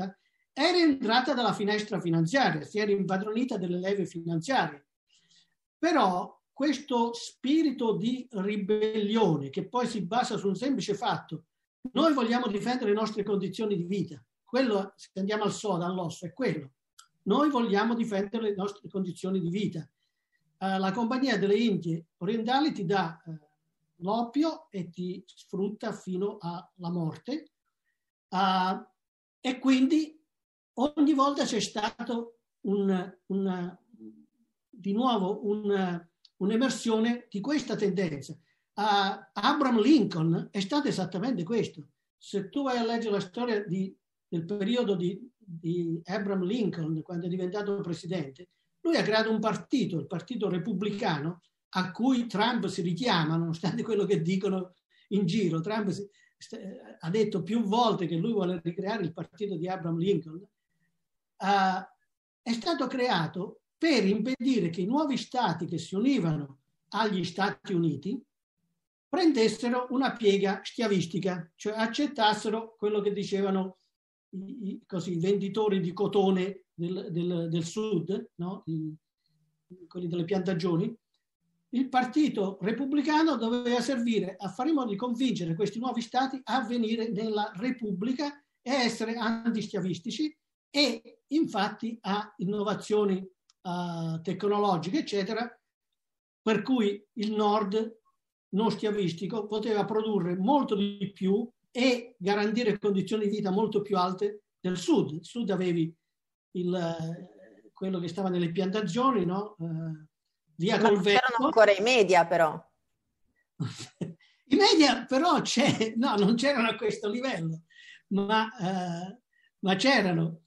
era entrata dalla finestra finanziaria, si era impadronita delle leve finanziarie. Però questo spirito di ribellione, che poi si basa su un semplice fatto: noi vogliamo difendere le nostre condizioni di vita. Quello, se andiamo al sodo, all'osso, è quello. Noi vogliamo difendere le nostre condizioni di vita. Uh, la Compagnia delle Indie Orientali ti dà uh, l'oppio e ti sfrutta fino alla morte. Uh, e quindi ogni volta c'è stato un, una, di nuovo un, un'emersione di questa tendenza. Uh, Abraham Lincoln è stato esattamente questo. Se tu vai a leggere la storia di, del periodo di, di Abraham Lincoln, quando è diventato presidente, lui ha creato un partito, il Partito Repubblicano, a cui Trump si richiama, nonostante quello che dicono in giro. Trump si, ha detto più volte che lui vuole ricreare il partito di Abraham Lincoln. Uh, è stato creato per impedire che i nuovi stati che si univano agli Stati Uniti prendessero una piega schiavistica, cioè accettassero quello che dicevano i, i, così, i venditori di cotone del, del, del sud, no? I, quelli delle piantagioni. Il partito repubblicano doveva servire a fare in modo di convincere questi nuovi stati a venire nella Repubblica e essere antischiavistici, e infatti ha innovazioni uh, tecnologiche, eccetera, per cui il nord non schiavistico poteva produrre molto di più e garantire condizioni di vita molto più alte del sud. Il sud avevi il, quello che stava nelle piantagioni, no? Uh, via Ma col non vento. c'erano ancora i media, però. I media però c'è, no, non c'erano a questo livello, ma, uh, ma c'erano.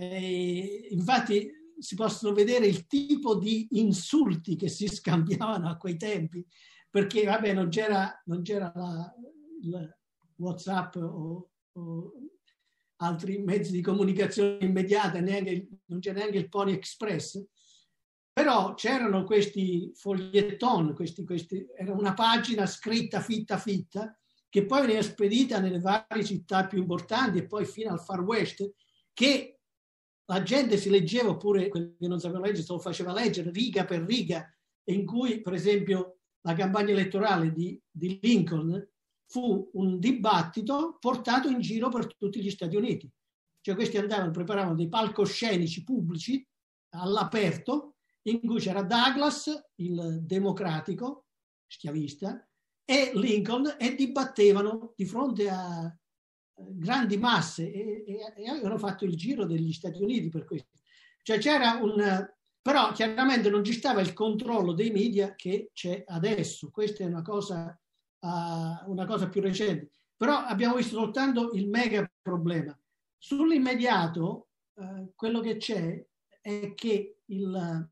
Eh, infatti si possono vedere il tipo di insulti che si scambiavano a quei tempi, perché vabbè non c'era, non c'era la, il WhatsApp o, o altri mezzi di comunicazione immediata, neanche, non c'era neanche il Pony Express, però c'erano questi foglietton, questi, questi, era una pagina scritta fitta fitta che poi veniva spedita nelle varie città più importanti e poi fino al Far West, che la gente si leggeva, oppure quelli che non sapevano leggere se lo faceva leggere riga per riga, e in cui per esempio la campagna elettorale di, di Lincoln fu un dibattito portato in giro per tutti gli Stati Uniti. Cioè questi andavano, preparavano dei palcoscenici pubblici all'aperto in cui c'era Douglas, il democratico schiavista, e Lincoln, e dibattevano di fronte a grandi masse, e, e, e avevano fatto il giro degli Stati Uniti per questo. Cioè c'era un... Però chiaramente non ci stava il controllo dei media che c'è adesso. Questa è una cosa, uh, una cosa più recente. Però abbiamo visto soltanto il mega problema. Sull'immediato uh, quello che c'è è che il,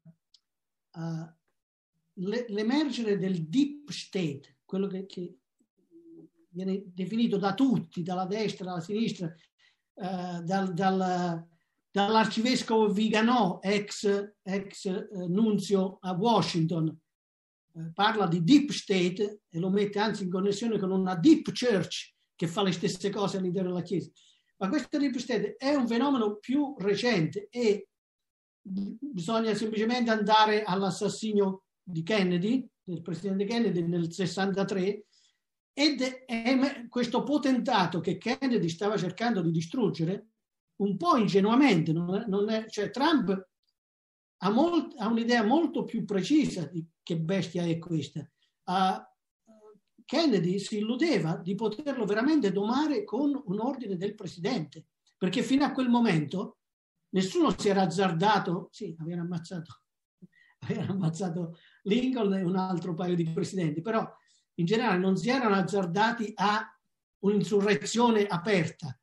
uh, l'emergere del deep state, quello che, che viene definito da tutti, dalla destra, dalla sinistra, uh, dal, dal, dall'arcivescovo Viganò, ex, ex eh, nunzio a Washington, eh, parla di deep state e lo mette anzi in connessione con una deep church che fa le stesse cose all'interno della Chiesa. Ma questa deep state è un fenomeno più recente e bisogna semplicemente andare all'assassinio di Kennedy, del presidente Kennedy nel sessantatré, ed è questo potentato che Kennedy stava cercando di distruggere, un po' ingenuamente, non è, non è, cioè Trump ha, molt, ha un'idea molto più precisa di che bestia è questa. Uh, Kennedy si illudeva di poterlo veramente domare con un ordine del presidente, perché fino a quel momento nessuno si era azzardato, sì, avevano ammazzato, avevano ammazzato Lincoln e un altro paio di presidenti, però in generale non si erano azzardati a un'insurrezione aperta.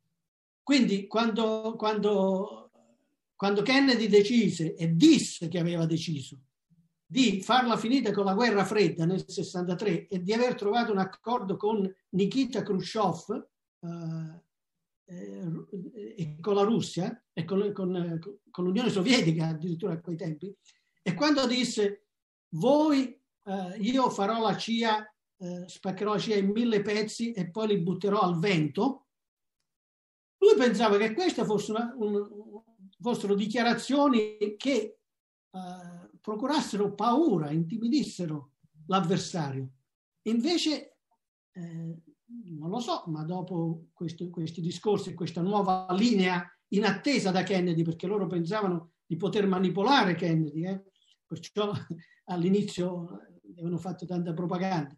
Quindi quando, quando, quando Kennedy decise e disse che aveva deciso di farla finita con la guerra fredda nel sessantatré e di aver trovato un accordo con Nikita Khrushchev eh, eh, e con la Russia e con, con, con l'Unione Sovietica addirittura a quei tempi, e quando disse voi, eh, io farò la C I A, eh, spaccherò la C I A in mille pezzi e poi li butterò al vento, Lui pensava che queste fossero, un, fossero dichiarazioni che uh, procurassero paura, intimidissero l'avversario. Invece, eh, non lo so, ma dopo questo, questi discorsi, questa nuova linea in attesa da Kennedy, perché loro pensavano di poter manipolare Kennedy, eh? Perciò all'inizio avevano fatto tanta propaganda.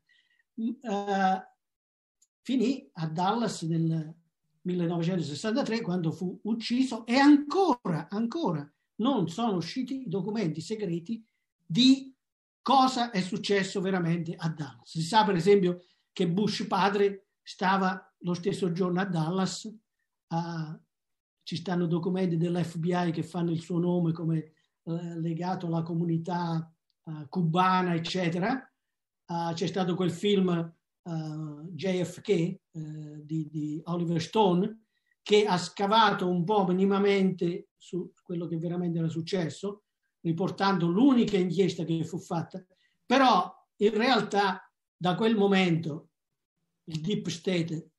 Uh, finì a Dallas nel millenovecentosessantatré, quando fu ucciso, e ancora, ancora non sono usciti i documenti segreti di cosa è successo veramente a Dallas. Si sa per esempio che Bush padre stava lo stesso giorno a Dallas, uh, ci stanno documenti dell'F B I che fanno il suo nome come uh, legato alla comunità uh, cubana, eccetera. Uh, c'è stato quel film Uh, J F K uh, di, di Oliver Stone, che ha scavato un po' minimamente su quello che veramente era successo, riportando l'unica inchiesta che fu fatta. Però in realtà da quel momento il Deep State,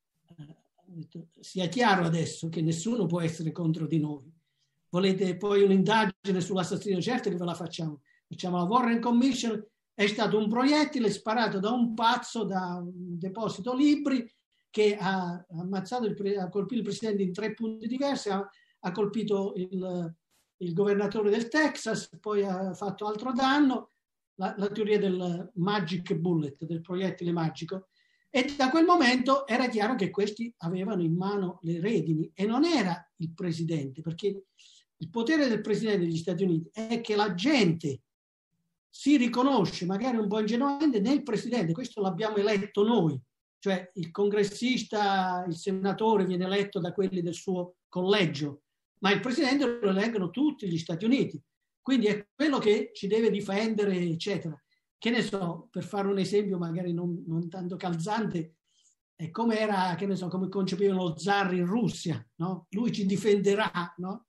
uh, sia chiaro adesso che nessuno può essere contro di noi. Volete poi un'indagine sull'assassino? Certo che ve la facciamo. Facciamo la Warren Commission. È stato un proiettile sparato da un pazzo da un deposito libri che ha ammazzato il, ha colpito il presidente in tre punti diversi, ha, ha colpito il, il governatore del Texas, poi ha fatto altro danno, la, la teoria del magic bullet, del proiettile magico. E da quel momento era chiaro che questi avevano in mano le redini e non era il presidente, perché il potere del presidente degli Stati Uniti è che la gente si riconosce magari un po' ingenuamente nel presidente. Questo l'abbiamo eletto noi, cioè il congressista, il senatore viene eletto da quelli del suo collegio, ma il presidente lo eleggono tutti gli Stati Uniti, quindi è quello che ci deve difendere, eccetera. Che ne so, per fare un esempio magari non, non tanto calzante, è come era, che ne so, come concepivano lo zar in Russia, no? Lui ci difenderà, no?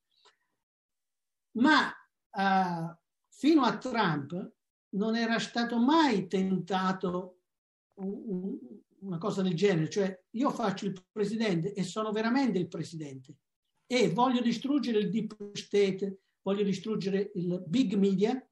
Ma uh, fino a Trump non era stato mai tentato un, un, una cosa del genere, cioè io faccio il presidente e sono veramente il presidente e voglio distruggere il deep state, voglio distruggere il big media,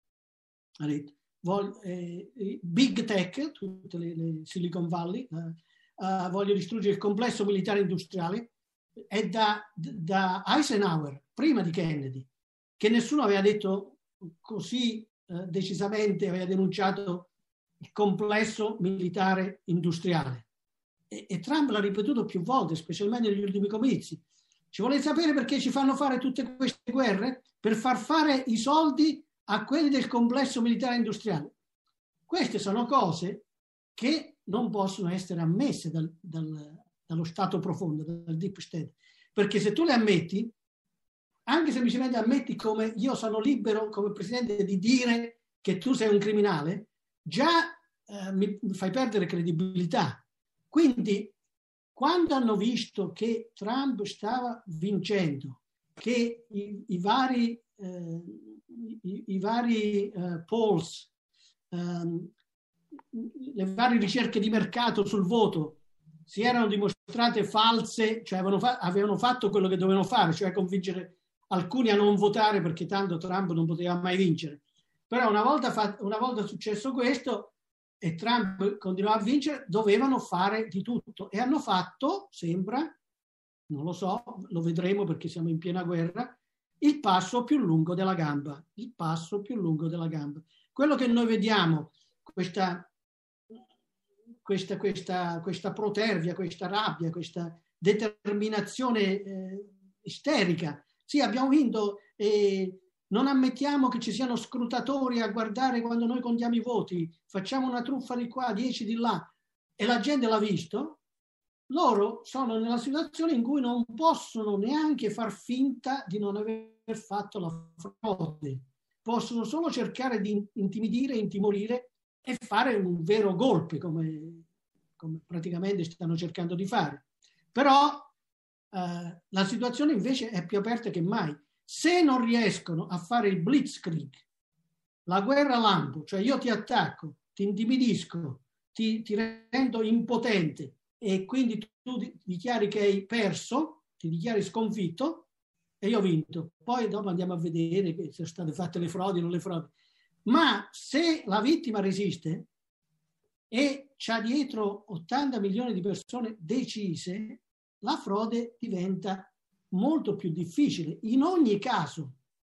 voglio, eh, big tech, tutte le, le Silicon Valley, uh, uh, voglio distruggere il complesso militare industriale. È da, da Eisenhower, prima di Kennedy, che nessuno aveva detto così eh, decisamente, aveva denunciato il complesso militare industriale. E, e Trump l'ha ripetuto più volte, specialmente negli ultimi comizi. Ci volete sapere perché ci fanno fare tutte queste guerre? Per far fare i soldi a quelli del complesso militare industriale. Queste sono cose che non possono essere ammesse dal, dal, dallo Stato profondo, dal deep state. Perché se tu le ammetti, anche semplicemente ammetti come io sono libero come presidente di dire che tu sei un criminale, già eh, mi fai perdere credibilità. Quindi quando hanno visto che Trump stava vincendo, che i, i vari, eh, i, i vari eh, polls, ehm, le varie ricerche di mercato sul voto si erano dimostrate false, cioè avevano, fa- avevano fatto quello che dovevano fare, cioè convincere alcuni a non votare perché tanto Trump non poteva mai vincere. Però una volta, fatto, una volta successo questo e Trump continuava a vincere, dovevano fare di tutto. E hanno fatto, sembra, non lo so, lo vedremo perché siamo in piena guerra, il passo più lungo della gamba. Il passo più lungo della gamba. Quello che noi vediamo, questa, questa, questa, questa protervia, questa rabbia, questa determinazione eh, isterica. Sì, abbiamo vinto e non ammettiamo che ci siano scrutatori a guardare quando noi contiamo i voti, facciamo una truffa di qua, dieci di là, e la gente l'ha visto. Loro sono nella situazione in cui non possono neanche far finta di non aver fatto la frode. Possono solo cercare di intimidire, intimorire e fare un vero golpe, come, come praticamente stanno cercando di fare. Però Uh, la situazione invece è più aperta che mai. Se non riescono a fare il blitzkrieg, la guerra lampo, cioè io ti attacco, ti intimidisco, ti, ti rendo impotente e quindi tu dichiari che hai perso, ti dichiari sconfitto e io ho vinto. Poi dopo andiamo a vedere che sono state fatte le frodi o non le frodi. Ma se la vittima resiste e c'ha dietro ottanta milioni di persone decise, la frode diventa molto più difficile in ogni caso.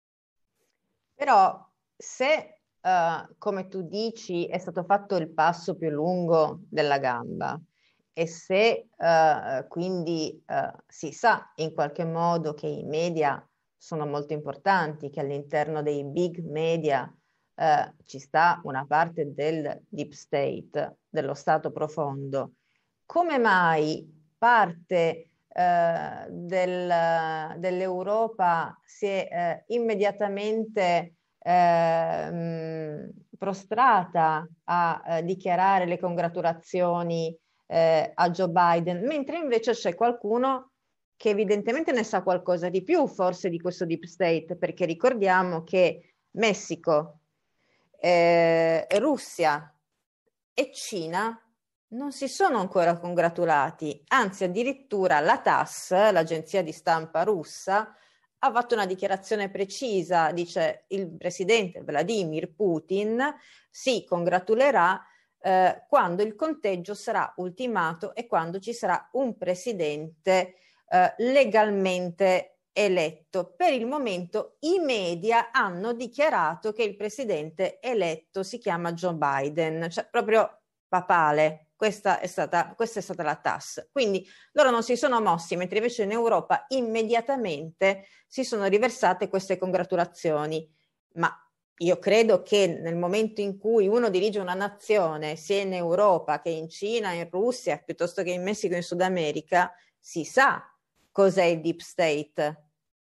Però se, uh, come tu dici, è stato fatto il passo più lungo della gamba e se uh, quindi uh, si sa in qualche modo che i media sono molto importanti, che all'interno dei big media uh, ci sta una parte del deep state, dello stato profondo, come mai parte uh, del, dell'Europa si è uh, immediatamente uh, mh, prostrata a uh, dichiarare le congratulazioni uh, a Joe Biden, mentre invece c'è qualcuno che evidentemente ne sa qualcosa di più forse di questo deep state, perché ricordiamo che Messico, eh, Russia e Cina non si sono ancora congratulati, anzi addirittura la T A S, l'agenzia di stampa russa, ha fatto una dichiarazione precisa, dice il presidente Vladimir Putin si congratulerà eh, quando il conteggio sarà ultimato e quando ci sarà un presidente eh, legalmente eletto. Per il momento i media hanno dichiarato che il presidente eletto si chiama Joe Biden, cioè proprio papale. Questa è stata, questa è stata la T A S. Quindi loro non si sono mossi, mentre invece in Europa immediatamente si sono riversate queste congratulazioni. Ma io credo che nel momento in cui uno dirige una nazione, sia in Europa che in Cina, in Russia, piuttosto che in Messico e in Sud America, si sa cos'è il deep state.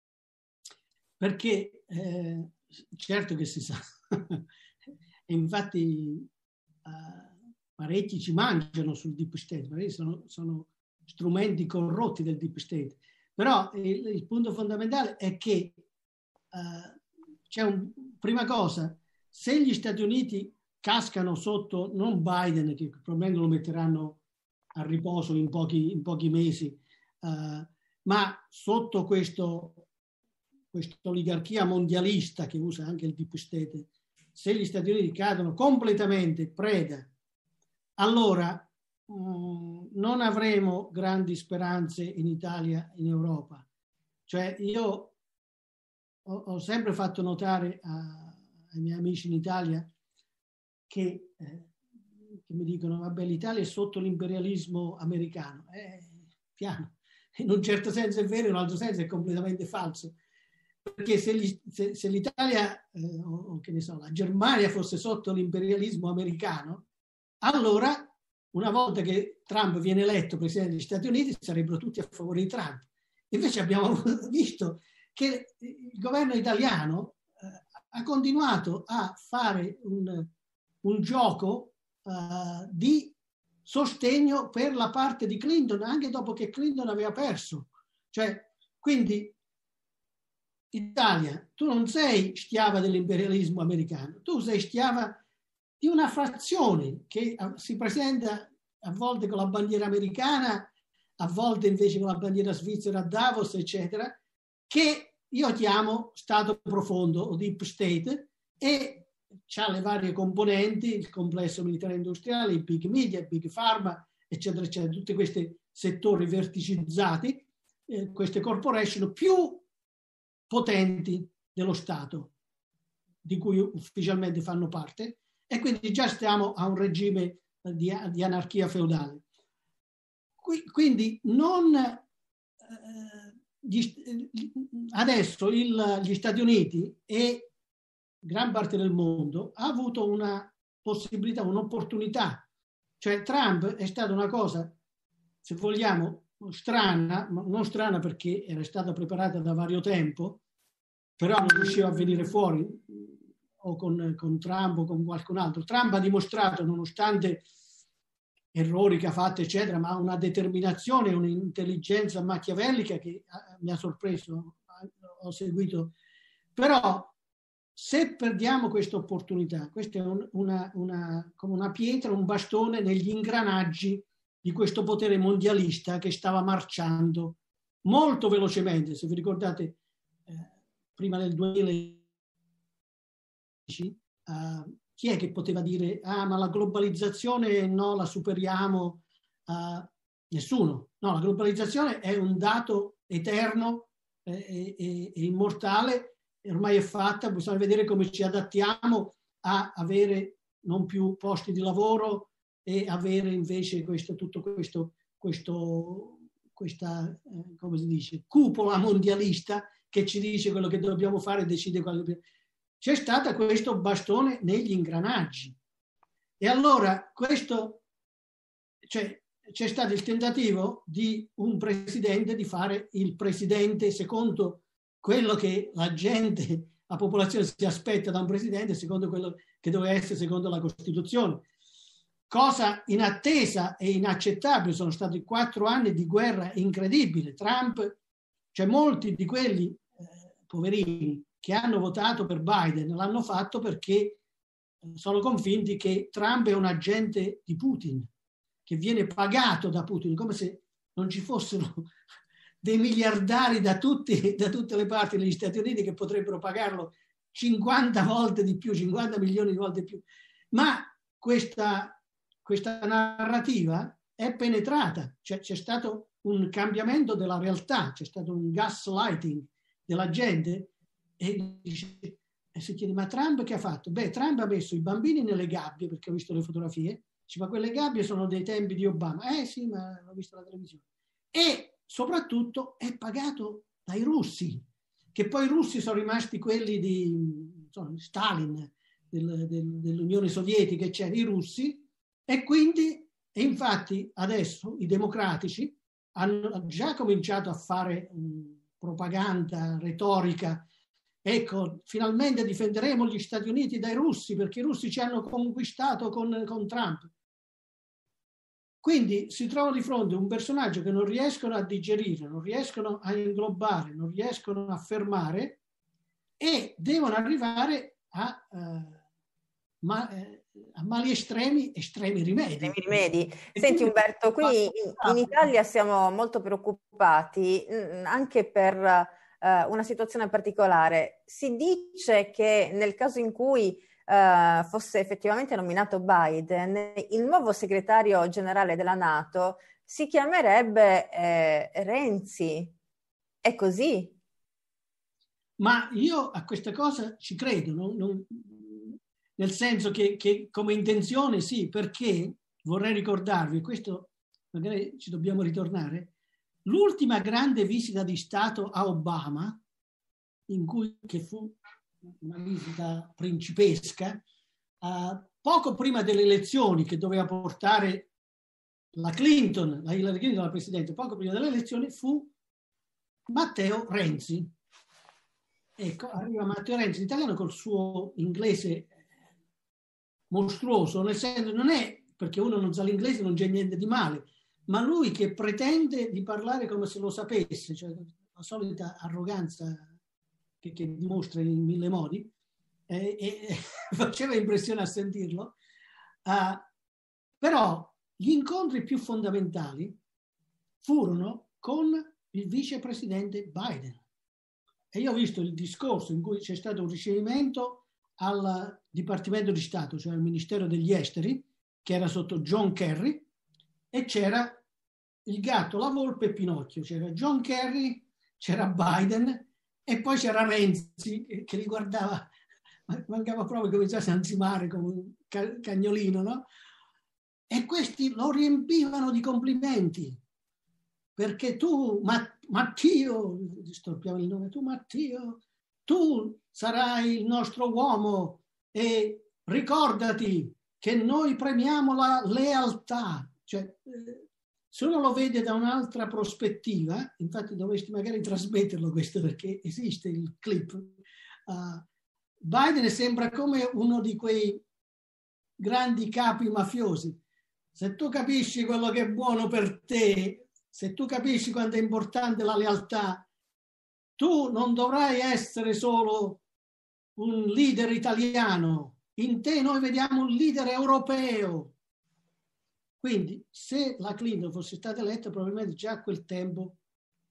Perché eh, certo che si sa. E infatti uh, parecchi ci mangiano sul deep state, sono, sono strumenti corrotti del deep state. Però il, il punto fondamentale è che uh, c'è un, prima cosa, se gli Stati Uniti cascano sotto, non Biden, che probabilmente lo metteranno a riposo in pochi, in pochi mesi, uh, ma sotto questo, questa oligarchia mondialista che usa anche il deep state, se gli Stati Uniti cadono completamente preda, allora mh, non avremo grandi speranze in Italia, in Europa. Cioè io ho, ho sempre fatto notare a, ai miei amici in Italia che, eh, che mi dicono vabbè l'Italia è sotto l'imperialismo americano. Eh, piano. In un certo senso è vero, in un altro senso è completamente falso. Perché se, gli, se, se l'Italia eh, o, o che ne so, la Germania fosse sotto l'imperialismo americano, allora una volta che Trump viene eletto presidente degli Stati Uniti sarebbero tutti a favore di Trump. Invece abbiamo visto che il governo italiano eh, ha continuato a fare un, un gioco eh, di sostegno per la parte di Clinton anche dopo che Clinton aveva perso. Cioè, quindi Italia, tu non sei schiava dell'imperialismo americano, tu sei schiava di una frazione che si presenta a volte con la bandiera americana, a volte invece con la bandiera svizzera a Davos, eccetera, che io chiamo Stato profondo o Deep State, e ha le varie componenti, il complesso militare industriale, i big media, i big pharma, eccetera, eccetera, tutti questi settori verticizzati, eh, queste corporation più potenti dello Stato, di cui ufficialmente fanno parte, e quindi già stiamo a un regime di, di anarchia feudale. Quindi non, eh, gli, adesso il, gli Stati Uniti e gran parte del mondo ha avuto una possibilità, un'opportunità. Cioè Trump è stata una cosa, se vogliamo, strana, ma non strana perché era stata preparata da vario tempo, però non riusciva a venire fuori o con, con Trump o con qualcun altro. Trump ha dimostrato, nonostante errori che ha fatto, eccetera, ma una determinazione, un'intelligenza machiavellica che mi ha sorpreso, ho seguito. Però se perdiamo questa opportunità, questa è un, una, una, come una pietra, un bastone negli ingranaggi di questo potere mondialista che stava marciando molto velocemente. Se vi ricordate, eh, prima del duemiladieci, uh, chi è che poteva dire ah ma la globalizzazione no, la superiamo? Uh, nessuno. No, la globalizzazione è un dato eterno e, e, e immortale, ormai è fatta, bisogna vedere come ci adattiamo a avere non più posti di lavoro e avere invece questo, tutto questo, questo questa, eh, come si dice, cupola mondialista che ci dice quello che dobbiamo fare e decide quello che... C'è stato questo bastone negli ingranaggi. E allora questo, cioè, c'è stato il tentativo di un presidente di fare il presidente secondo quello che la gente, la popolazione si aspetta da un presidente, secondo quello che doveva essere secondo la Costituzione. Cosa inattesa e inaccettabile, sono stati quattro anni di guerra incredibile. Trump, cioè molti di quelli eh, poverini che hanno votato per Biden l'hanno fatto perché eh, sono convinti che Trump è un agente di Putin, che viene pagato da Putin, come se non ci fossero dei miliardari da, tutti, da tutte le parti degli Stati Uniti che potrebbero pagarlo cinquanta volte di più, cinquanta milioni di volte di più. Ma questa, questa narrativa è penetrata, cioè, c'è stato un cambiamento della realtà, c'è stato un gaslighting della gente e, dice, e si chiede ma Trump che ha fatto? Beh, Trump ha messo i bambini nelle gabbie, perché ho visto le fotografie, dice, ma quelle gabbie sono dei tempi di Obama. Eh sì, ma l'ho visto alla televisione. E soprattutto è pagato dai russi, che poi i russi sono rimasti quelli di insomma, Stalin, del, del, dell'Unione Sovietica, eccetera, i russi, e quindi, e infatti adesso i democratici hanno già cominciato a fare um, propaganda, retorica, ecco, finalmente difenderemo gli Stati Uniti dai russi perché i russi ci hanno conquistato con, con Trump. Quindi si trova di fronte a un personaggio che non riescono a digerire, non riescono a inglobare, non riescono a fermare e devono arrivare a, uh, ma, eh, a mali estremi, estremi rimedi. Estremi rimedi. Senti Umberto, qui in, in Italia siamo molto preoccupati mh, anche per uh, una situazione particolare. Si dice che nel caso in cui Uh, fosse effettivamente nominato Biden, il nuovo segretario generale della NATO si chiamerebbe eh, Renzi. È così? Ma io a questa cosa ci credo, non, non, nel senso che, che come intenzione sì, perché vorrei ricordarvi, questo magari ci dobbiamo ritornare, l'ultima grande visita di Stato a Obama, in cui che fu una visita principesca, uh, poco prima delle elezioni che doveva portare la Clinton, la Hillary Clinton, la Presidente, poco prima delle elezioni fu Matteo Renzi. Ecco, arriva Matteo Renzi in italiano col suo inglese mostruoso, nel senso non è perché uno non sa l'inglese non c'è niente di male, ma lui che pretende di parlare come se lo sapesse, cioè la solita arroganza Che, che dimostra in mille modi, eh, eh, faceva impressione a sentirlo, uh, però gli incontri più fondamentali furono con il vicepresidente Biden. E io ho visto il discorso in cui c'è stato un ricevimento al Dipartimento di Stato, cioè al Ministero degli Esteri, che era sotto John Kerry, e c'era il gatto, la volpe e Pinocchio. C'era John Kerry, c'era Biden, e poi c'era Renzi che li guardava, mancava proprio che cominciasse a ansimare come un cagnolino, no? E questi lo riempivano di complimenti, perché tu, Matteo, storpiamo il nome, tu Matteo, tu sarai il nostro uomo e ricordati che noi premiamo la lealtà. Cioè, se uno lo vede da un'altra prospettiva, infatti dovresti magari trasmetterlo questo perché esiste il clip, uh, Biden sembra come uno di quei grandi capi mafiosi. Se tu capisci quello che è buono per te, se tu capisci quanto è importante la lealtà, tu non dovrai essere solo un leader italiano, in te noi vediamo un leader europeo. Quindi se la Clinton fosse stata eletta probabilmente già a quel tempo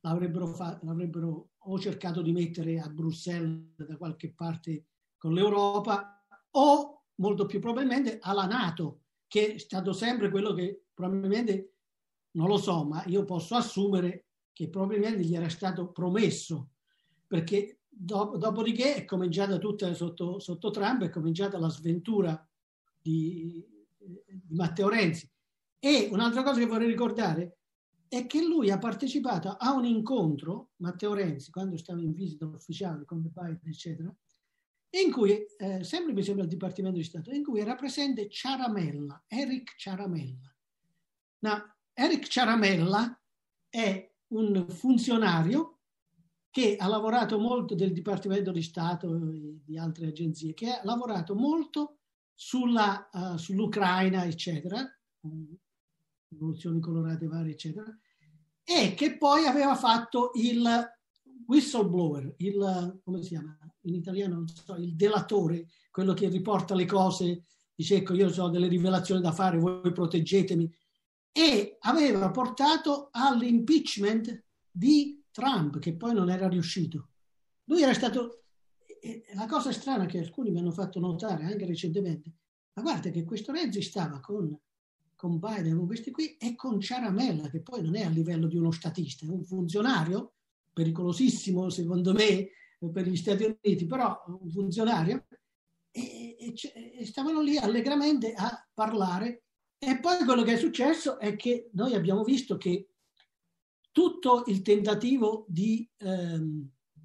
l'avrebbero, fa- l'avrebbero o cercato di mettere a Bruxelles da qualche parte con l'Europa, o molto più probabilmente alla NATO, che è stato sempre quello che probabilmente, non lo so, ma io posso assumere che probabilmente gli era stato promesso, perché do- dopodiché è cominciata tutta sotto, sotto Trump, è cominciata la sventura di, di Matteo Renzi. E un'altra cosa che vorrei ricordare è che lui ha partecipato a un incontro, Matteo Renzi, quando stava in visita ufficiale con Biden, eccetera, in cui, eh, sempre mi sembra il Dipartimento di Stato, in cui era presente Ciaramella, Eric Ciaramella. Now, Eric Ciaramella è un funzionario che ha lavorato molto del Dipartimento di Stato e di altre agenzie, che ha lavorato molto sulla, uh, sull'Ucraina, eccetera, rivoluzioni colorate varie, eccetera, e che poi aveva fatto il whistleblower, il, come si chiama in italiano, non so, il delatore, quello che riporta le cose, dice ecco io ho delle rivelazioni da fare, voi proteggetemi, e aveva portato all'impeachment di Trump, che poi non era riuscito. Lui era stato, la cosa strana che alcuni mi hanno fatto notare anche recentemente, ma guarda che questo Renzi stava con, con Biden, con questi qui, e con Ciaramella, che poi non è a livello di uno statista, è un funzionario pericolosissimo secondo me per gli Stati Uniti, però un funzionario, e, e, e stavano lì allegramente a parlare. E poi quello che è successo è che noi abbiamo visto che tutto il tentativo di, ehm,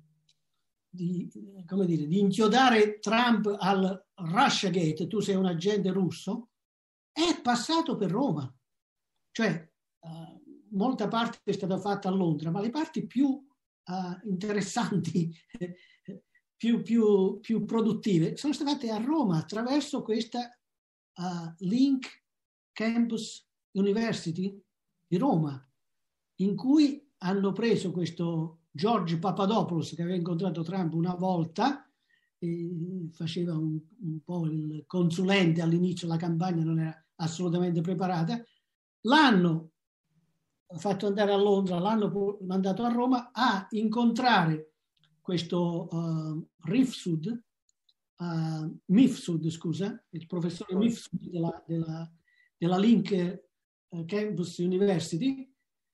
di, come dire, di inchiodare Trump al Russiagate, tu sei un agente russo, è passato per Roma. Cioè, eh, molta parte è stata fatta a Londra, ma le parti più eh, interessanti, più, più, più produttive, sono state fatte a Roma attraverso questa uh, Link Campus University di Roma, in cui hanno preso questo George Papadopoulos, che aveva incontrato Trump una volta, e faceva un, un po' il consulente all'inizio, la campagna non era assolutamente preparata, l'hanno fatto andare a Londra, l'hanno mandato a Roma a incontrare questo uh, Rifsud, uh, Mifsud, scusa, il professore Mifsud della, della, della Link Campus University,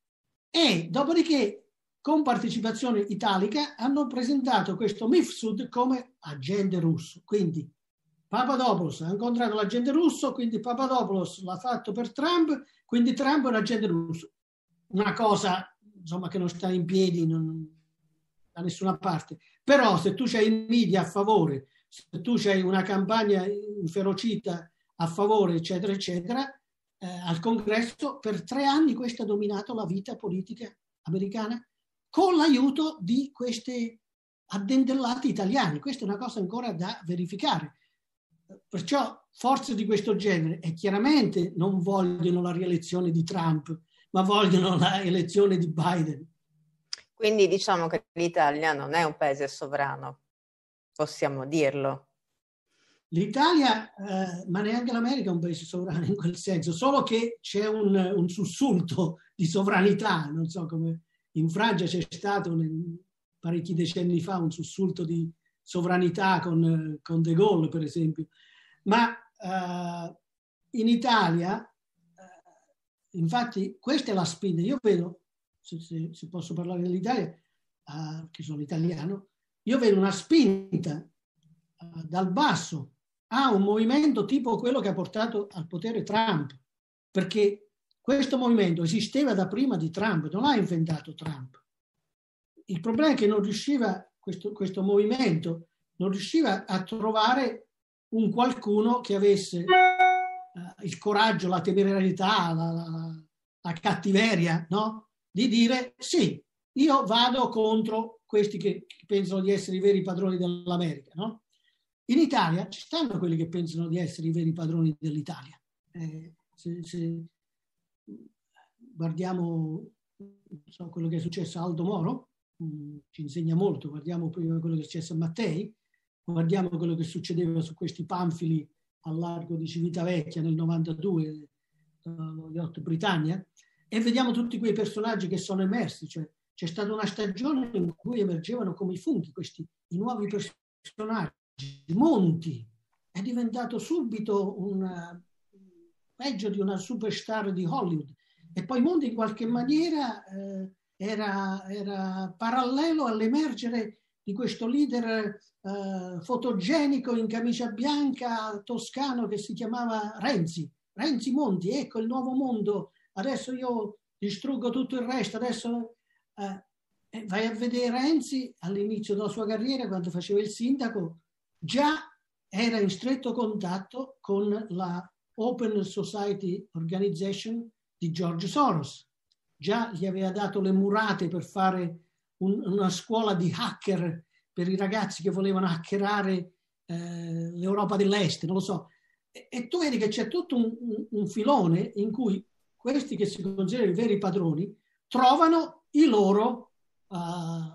e dopodiché con partecipazione italica hanno presentato questo Mifsud come agente russo. Quindi Papadopoulos ha incontrato l'agente russo, quindi Papadopoulos l'ha fatto per Trump, quindi Trump è un agente russo. Una cosa, insomma, che non sta in piedi non, da nessuna parte. Però se tu c'hai i media a favore, se tu c'hai una campagna inferocita a favore, eccetera, eccetera, eh, al Congresso, per tre anni questo ha dominato la vita politica americana con l'aiuto di questi addentellati italiani. Questa è una cosa ancora da verificare. Perciò forze di questo genere, e chiaramente non vogliono la rielezione di Trump, ma vogliono la elezione di Biden. Quindi diciamo che l'Italia non è un paese sovrano, possiamo dirlo. L'Italia, eh, ma neanche l'America è un paese sovrano in quel senso, solo che c'è un, un sussulto di sovranità, non so come in Francia c'è stato nel, parecchi decenni fa un sussulto di sovranità con, con De Gaulle, per esempio, ma eh, in Italia, eh, infatti, questa è la spinta. Io vedo, se, se, se posso parlare dell'Italia, eh, che sono italiano, io vedo una spinta eh, dal basso a un movimento tipo quello che ha portato al potere Trump, perché questo movimento esisteva da prima di Trump, non l'ha inventato Trump. Il problema è che non riusciva, questo, questo movimento non riusciva a trovare un qualcuno che avesse uh, il coraggio, la temerarietà, la, la, la cattiveria, no? Di dire sì, io vado contro questi che pensano di essere i veri padroni dell'America, no? In Italia ci stanno quelli che pensano di essere i veri padroni dell'Italia. Eh, se, se guardiamo so, quello che è successo a Aldo Moro, mh, ci insegna molto. Guardiamo prima quello che è successo a Mattei, guardiamo quello che succedeva su questi panfili al largo di Civitavecchia nel novantadue, uh, Yacht Britannia, e vediamo tutti quei personaggi che sono emersi. Cioè, c'è stata una stagione in cui emergevano come i funghi questi i nuovi personaggi. Monti è diventato subito un peggio di una superstar di Hollywood, e poi Monti in qualche maniera eh, era, era parallelo all'emergere di questo leader eh, fotogenico in camicia bianca toscano che si chiamava Renzi. Renzi Monti, ecco il nuovo mondo, adesso io distruggo tutto il resto, adesso eh, vai a vedere Renzi all'inizio della sua carriera, quando faceva il sindaco, già era in stretto contatto con la Open Society Organization di George Soros, già gli aveva dato le murate per fare un, una scuola di hacker per i ragazzi che volevano hackerare eh, l'Europa dell'Est, non lo so. E, e tu vedi che c'è tutto un, un, un filone in cui questi che si considerano i veri padroni trovano i loro, uh,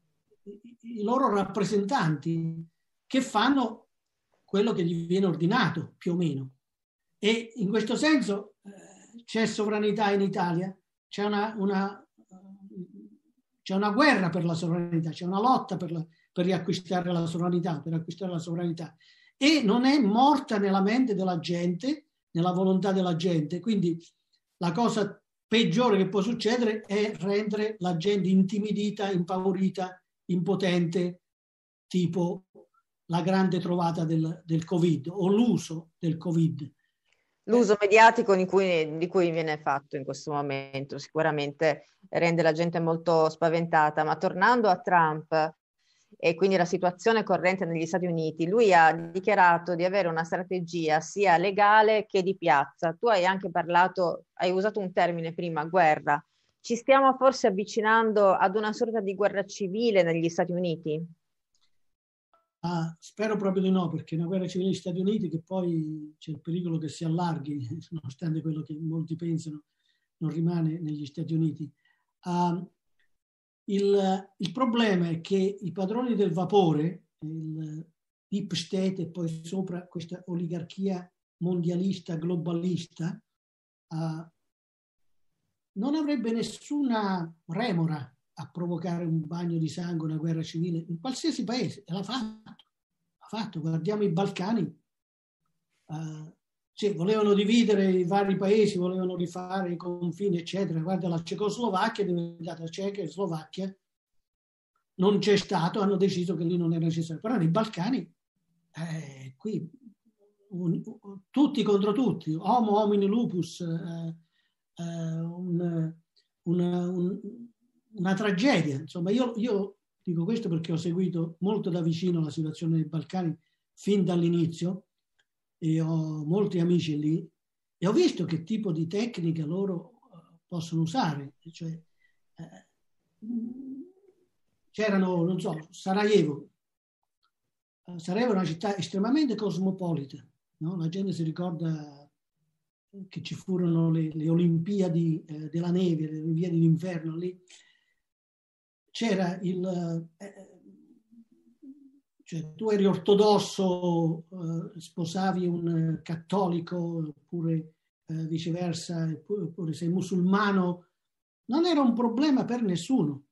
i loro rappresentanti che fanno quello che gli viene ordinato, più o meno. E in questo senso eh, c'è sovranità in Italia, c'è una, una, c'è una guerra per la sovranità, c'è una lotta per, la, per riacquistare la sovranità, per acquistare la sovranità. E non è morta nella mente della gente, nella volontà della gente. Quindi la cosa peggiore che può succedere è rendere la gente intimidita, impaurita, impotente, tipo la grande trovata del, del Covid o l'uso del Covid. L'uso mediatico di cui, di cui viene fatto in questo momento sicuramente rende la gente molto spaventata. Ma tornando a Trump e quindi la situazione corrente negli Stati Uniti, lui ha dichiarato di avere una strategia sia legale che di piazza. Tu hai anche parlato, hai usato un termine prima, guerra. Ci stiamo forse avvicinando ad una sorta di guerra civile negli Stati Uniti? Ah, spero proprio di no, perché una guerra civile negli Stati Uniti che poi c'è il pericolo che si allarghi, nonostante quello che molti pensano, non rimane negli Stati Uniti. Uh, il, il problema è che i padroni del vapore, il deep state e poi sopra questa oligarchia mondialista, globalista, uh, non avrebbe nessuna remora a provocare un bagno di sangue, una guerra civile in qualsiasi paese, e l'ha fatto, l'ha fatto. Guardiamo i Balcani, uh, sì, volevano dividere i vari paesi, volevano rifare i confini, eccetera. Guarda la Cecoslovacchia, è diventata Ceca e Slovacchia, non c'è stato, hanno deciso che lì non era necessario, però nei Balcani, eh, qui un, un, tutti contro tutti, homo homini lupus, eh, eh, un, una, un una tragedia. Insomma, io, io dico questo perché ho seguito molto da vicino la situazione dei Balcani fin dall'inizio e ho molti amici lì e ho visto che tipo di tecniche loro uh, possono usare. Cioè, eh, c'erano, non so, Sarajevo. Uh, Sarajevo è una città estremamente cosmopolita, no? La gente si ricorda che ci furono le, le Olimpiadi eh, della neve, le Olimpiadi d'inverno lì. C'era il, eh, cioè tu eri ortodosso, eh, sposavi un cattolico, oppure eh, viceversa, oppure, oppure sei musulmano, non era un problema per nessuno.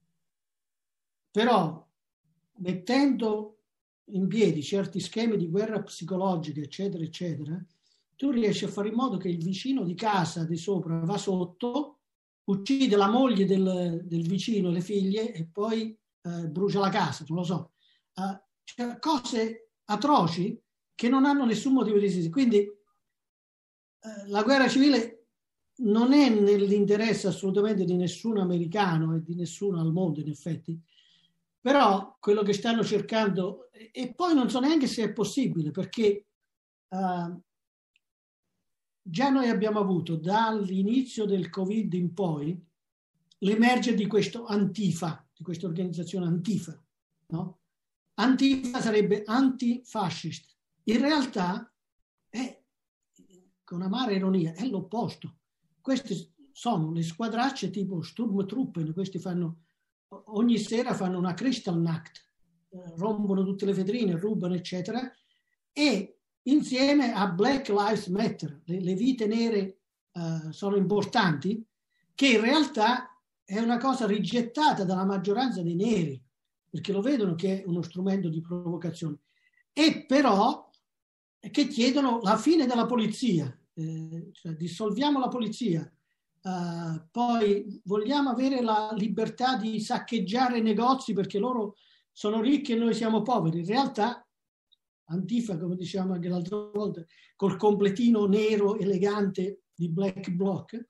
Però mettendo in piedi certi schemi di guerra psicologica, eccetera, eccetera, tu riesci a fare in modo che il vicino di casa di sopra va sotto, uccide la moglie del, del vicino, le figlie, e poi eh, brucia la casa, non lo so. Uh, cioè, cose atroci che non hanno nessun motivo di esistere. Quindi uh, la guerra civile non è nell'interesse assolutamente di nessun americano e di nessuno al mondo, in effetti. Però quello che stanno cercando, e poi non so neanche se è possibile, perché uh, già noi abbiamo avuto dall'inizio del Covid in poi l'emergere di questo Antifa, di questa organizzazione Antifa, no? Antifa sarebbe antifascist. In realtà è, con amara ironia, è l'opposto. Queste sono le squadracce tipo Sturmtruppen, questi fanno, ogni sera fanno una Kristallnacht, eh, rompono tutte le vetrine, rubano, eccetera, e insieme a Black Lives Matter, le, le vite nere uh, sono importanti, che in realtà è una cosa rigettata dalla maggioranza dei neri, perché lo vedono che è uno strumento di provocazione, e però che chiedono la fine della polizia, eh, cioè dissolviamo la polizia, uh, poi vogliamo avere la libertà di saccheggiare i negozi perché loro sono ricchi e noi siamo poveri. In realtà Antifa, come dicevamo anche l'altra volta, col completino nero elegante di Black Bloc,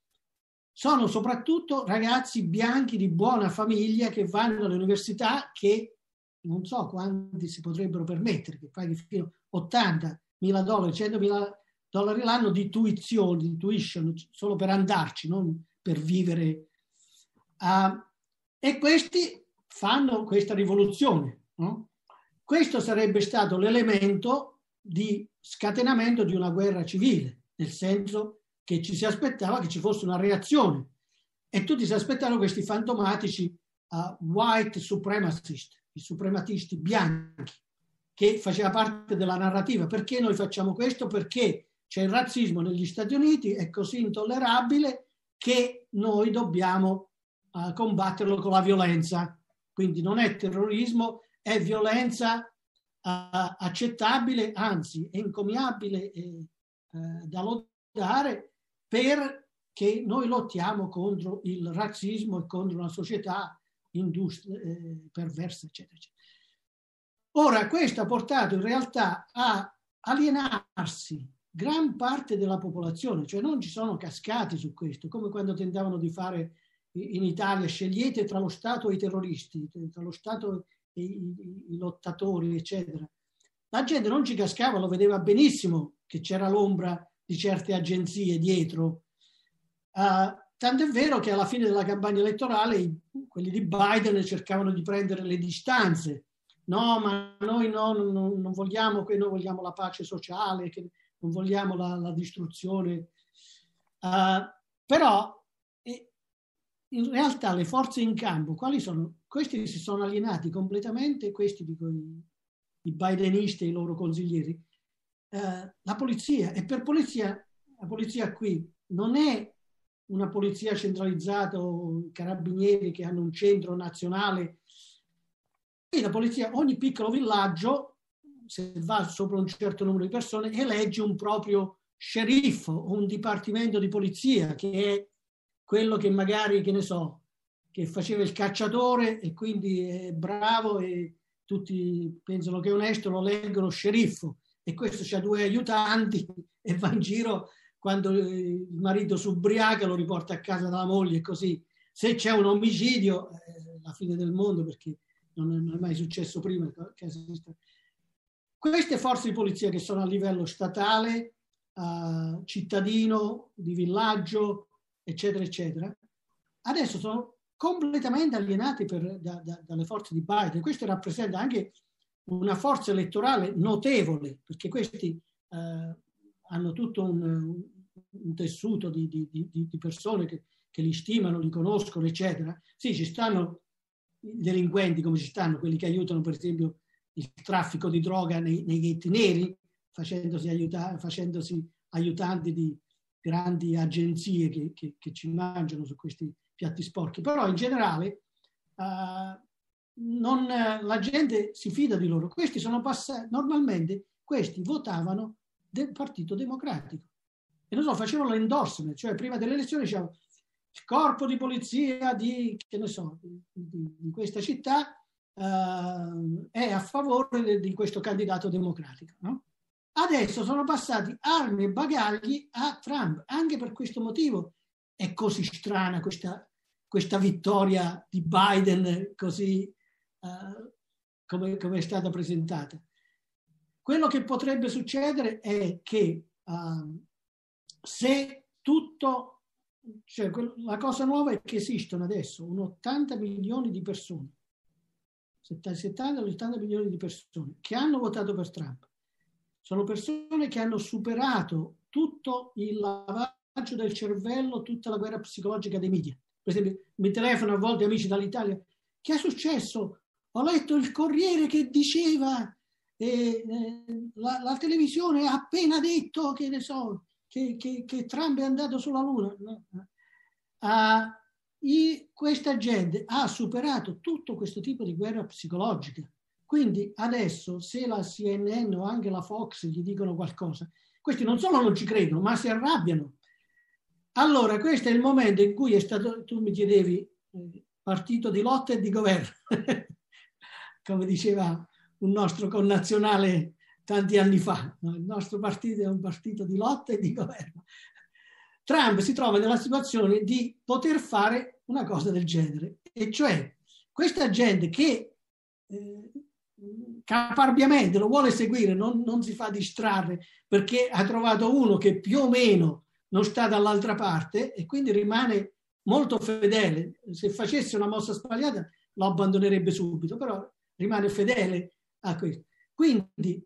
sono soprattutto ragazzi bianchi di buona famiglia che vanno all'università, che non so quanti si potrebbero permettere, che paghi fino a ottantamila dollari, centomila dollari l'anno di tuizione, di tuition, solo per andarci, non per vivere. Uh, e questi fanno questa rivoluzione, no? Questo sarebbe stato l'elemento di scatenamento di una guerra civile, nel senso che ci si aspettava che ci fosse una reazione, e tutti si aspettavano questi fantomatici uh, white supremacist, i suprematisti bianchi, che faceva parte della narrativa. Perché noi facciamo questo? Perché c'è il razzismo negli Stati Uniti, è così intollerabile che noi dobbiamo uh, combatterlo con la violenza. Quindi non è terrorismo, è violenza uh, accettabile, anzi è encomiabile e uh, da lodare, perché noi lottiamo contro il razzismo e contro una società industria, eh, perversa, eccetera, eccetera. Ora, questo ha portato in realtà a alienarsi gran parte della popolazione, cioè non ci sono cascati su questo, come quando tentavano di fare in Italia: scegliete tra lo Stato e i terroristi, tra lo Stato e i, i lottatori, eccetera. La gente non ci cascava, lo vedeva benissimo che c'era l'ombra di certe agenzie dietro. Uh, Tanto è vero che alla fine della campagna elettorale i, quelli di Biden cercavano di prendere le distanze. No, ma noi no, non, non vogliamo, noi vogliamo la pace sociale, che non vogliamo la, la distruzione. Uh, però eh, in realtà le forze in campo, quali sono? Questi si sono alienati completamente, questi dico i, i bidenisti e i loro consiglieri. Uh, la polizia, e per polizia, la polizia qui non è una polizia centralizzata o i carabinieri che hanno un centro nazionale. E la polizia, ogni piccolo villaggio, se va sopra un certo numero di persone, elegge un proprio sceriffo o un dipartimento di polizia, che è quello che magari, che ne so, che faceva il cacciatore e quindi è bravo e tutti pensano che è onesto, lo eleggono sceriffo, e questo ha due aiutanti e va in giro. Quando il marito si ubriaca lo riporta a casa dalla moglie, e così. Se c'è un omicidio, è la fine del mondo, perché non è, non è mai successo prima. Queste forze di polizia, che sono a livello statale, uh, cittadino, di villaggio, eccetera, eccetera, adesso sono completamente alienati per, da, da, dalle forze di Biden. Questo rappresenta anche una forza elettorale notevole, perché questi uh, hanno tutto un, un tessuto di, di, di, di persone che, che li stimano, li conoscono, eccetera. Sì, ci stanno i delinquenti, come ci stanno quelli che aiutano, per esempio, il traffico di droga nei, nei ghetti neri, facendosi, aiuta, facendosi aiutanti di grandi agenzie che, che, che ci mangiano su questi piatti sporchi. Però in generale uh, non, la gente si fida di loro. Questi sono passati, normalmente questi votavano del Partito Democratico, e non so, facevano l'endorsement, cioè prima delle elezioni dicevano: il corpo di polizia di, che ne so, di, di, di questa città uh, è a favore de, di questo candidato democratico, no? Adesso sono passati armi e bagagli a Trump. Anche per questo motivo è così strana questa, questa vittoria di Biden, così uh, come, come è stata presentata. Quello che potrebbe succedere è che uh, se tutto, cioè la cosa nuova è che esistono adesso un ottanta milioni di persone, settanta ottanta milioni di persone che hanno votato per Trump. Sono persone che hanno superato tutto il lavaggio del cervello, tutta la guerra psicologica dei media. Per esempio, mi telefonano a volte amici dall'Italia: che è successo? Ho letto il Corriere che diceva... E, eh, la, la televisione ha appena detto che ne so che, che, che Trump è andato sulla Luna. No? Uh, I, questa gente ha superato tutto questo tipo di guerra psicologica. Quindi adesso se la C N N o anche la Fox gli dicono qualcosa, questi non solo non ci credono, ma si arrabbiano. Allora questo è il momento in cui è stato, tu mi chiedevi, eh, partito di lotta e di governo, come diceva un nostro connazionale tanti anni fa, no? Il nostro partito è un partito di lotta e di governo. Trump si trova nella situazione di poter fare una cosa del genere, e cioè questa gente che eh, caparbiamente lo vuole seguire, non, non si fa distrarre perché ha trovato uno che più o meno non sta dall'altra parte e quindi rimane molto fedele. Se facesse una mossa sbagliata lo abbandonerebbe subito, però rimane fedele a questo. Quindi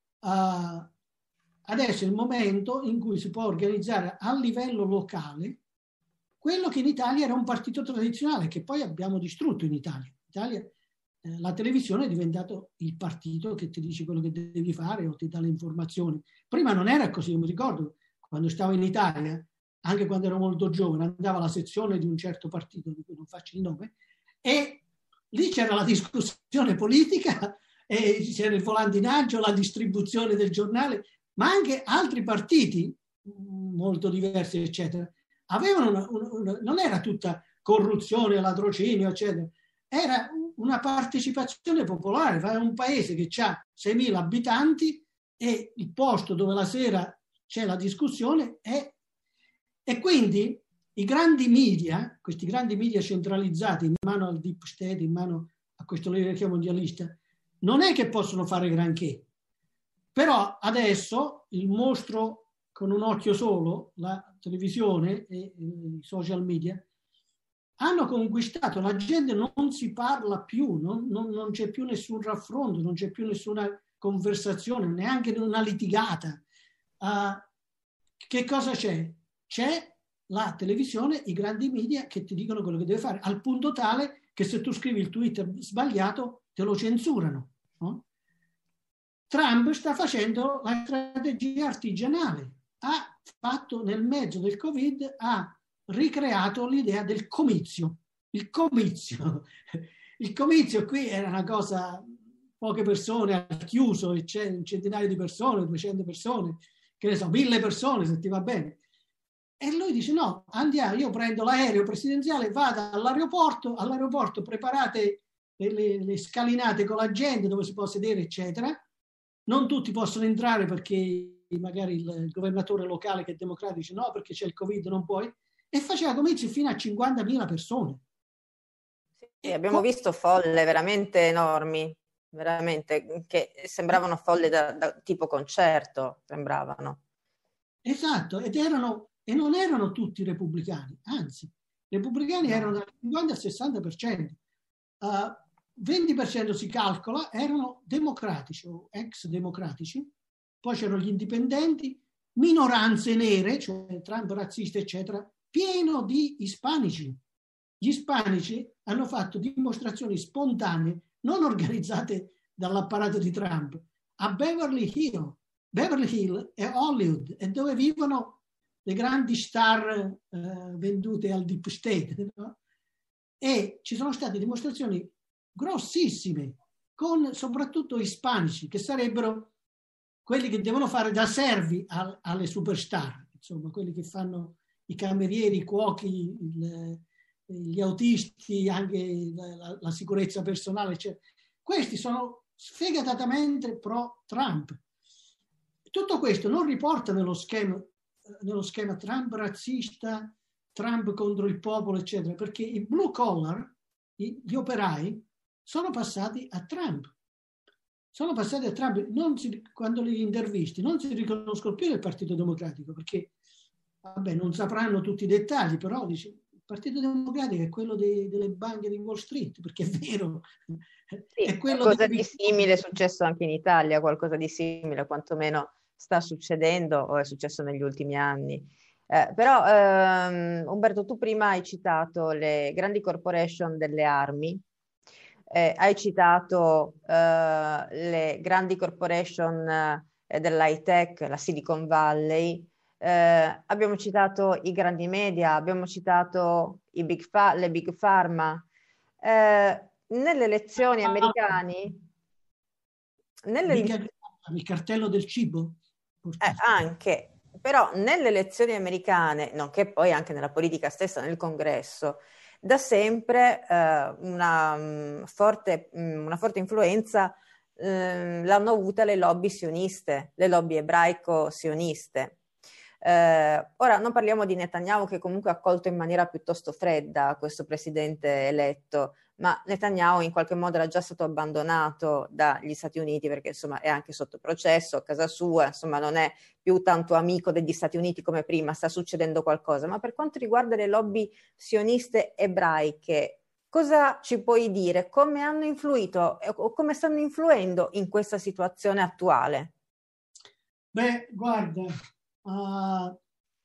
uh, adesso è il momento in cui si può organizzare a livello locale quello che in Italia era un partito tradizionale, che poi abbiamo distrutto in Italia. In Italia eh, la televisione è diventato il partito che ti dice quello che devi fare o ti dà le informazioni. Prima non era così, io mi ricordo, quando stavo in Italia, anche quando ero molto giovane, andavo alla sezione di un certo partito, di cui non faccio il nome, e lì c'era la discussione politica, e c'era il volantinaggio, la distribuzione del giornale, ma anche altri partiti molto diversi, eccetera, avevano una, una, non era tutta corruzione, latrocinio, eccetera, era una partecipazione popolare. Era un paese che ha seimila abitanti e il posto dove la sera c'è la discussione è, e quindi i grandi media, questi grandi media centralizzati in mano al deep state, in mano a questo oligarchia mondialista, non è che possono fare granché. Però adesso il mostro con un occhio solo, la televisione e i social media, hanno conquistato, la gente non si parla più, non, non, non c'è più nessun raffronto, non c'è più nessuna conversazione, neanche una litigata. Uh, che cosa c'è? C'è la televisione, i grandi media che ti dicono quello che devi fare, al punto tale che se tu scrivi il Twitter sbagliato te lo censurano. No? Trump sta facendo la strategia artigianale, ha fatto nel mezzo del Covid, ha ricreato l'idea del comizio. Il comizio, il comizio qui era una cosa, poche persone al chiuso, e c'è un centinaio di persone, duecento persone, che ne so, mille persone se ti va bene. E lui dice no, andiamo, io prendo l'aereo presidenziale, vado all'aeroporto, all'aeroporto preparate le, le, le scalinate con la gente dove si può sedere, eccetera. Non tutti possono entrare perché magari il governatore locale che è democratico dice no perché c'è il Covid, non puoi, e faceva comizi fino a cinquantamila persone. Sì, abbiamo con... visto folle veramente enormi, veramente, che sembravano folle da, da tipo concerto, sembravano. Esatto, ed erano, e non erano tutti repubblicani, anzi, i repubblicani no. erano dal cinquanta al sessanta per cento. Uh, venti per cento si calcola erano democratici o ex democratici, poi c'erano gli indipendenti, minoranze nere, cioè Trump razzista, eccetera, pieno di ispanici. Gli ispanici hanno fatto dimostrazioni spontanee, non organizzate dall'apparato di Trump, a Beverly Hills. Beverly Hills è Hollywood, è dove vivono le grandi star eh, vendute al deep state, no? E ci sono state dimostrazioni grossissime, con soprattutto ispanici, che sarebbero quelli che devono fare da servi al, alle superstar, insomma, quelli che fanno i camerieri, i cuochi, il, gli autisti, anche la, la sicurezza personale, eccetera. Questi sono sfegatatamente pro Trump. Tutto questo non riporta nello schema, nello schema Trump razzista, Trump contro il popolo, eccetera, perché i blue collar, gli operai, sono passati a Trump. Sono passati a Trump. Non si, quando li intervisti non si riconoscono più nel Partito Democratico, perché vabbè, non sapranno tutti i dettagli, però dice, il Partito Democratico è quello dei, delle banche di Wall Street, perché è vero. Sì, è quello qualcosa di, di simile è successo anche in Italia, qualcosa di simile, quantomeno sta succedendo o è successo negli ultimi anni. Eh, però ehm, Umberto, tu prima hai citato le grandi corporation delle armi, eh, hai citato eh, le grandi corporation eh, dell'high tech, la Silicon Valley, Eh, abbiamo citato i grandi media, abbiamo citato i big fa- le big pharma. Eh, nelle elezioni americane, nelle Mica il cartello del cibo? Eh, anche, però nelle elezioni americane, nonché poi anche nella politica stessa, nel congresso, da sempre eh, una, mh, forte, mh, una forte influenza eh, l'hanno avuta le lobby sioniste, le lobby ebraico-sioniste. Eh, ora non parliamo di Netanyahu, che comunque ha accolto in maniera piuttosto fredda questo presidente eletto, ma Netanyahu in qualche modo era già stato abbandonato dagli Stati Uniti, perché insomma è anche sotto processo a casa sua, insomma non è più tanto amico degli Stati Uniti come prima, sta succedendo qualcosa. Ma per quanto riguarda le lobby sioniste ebraiche, cosa ci puoi dire? Come hanno influito o come stanno influendo in questa situazione attuale? Beh, guarda, uh,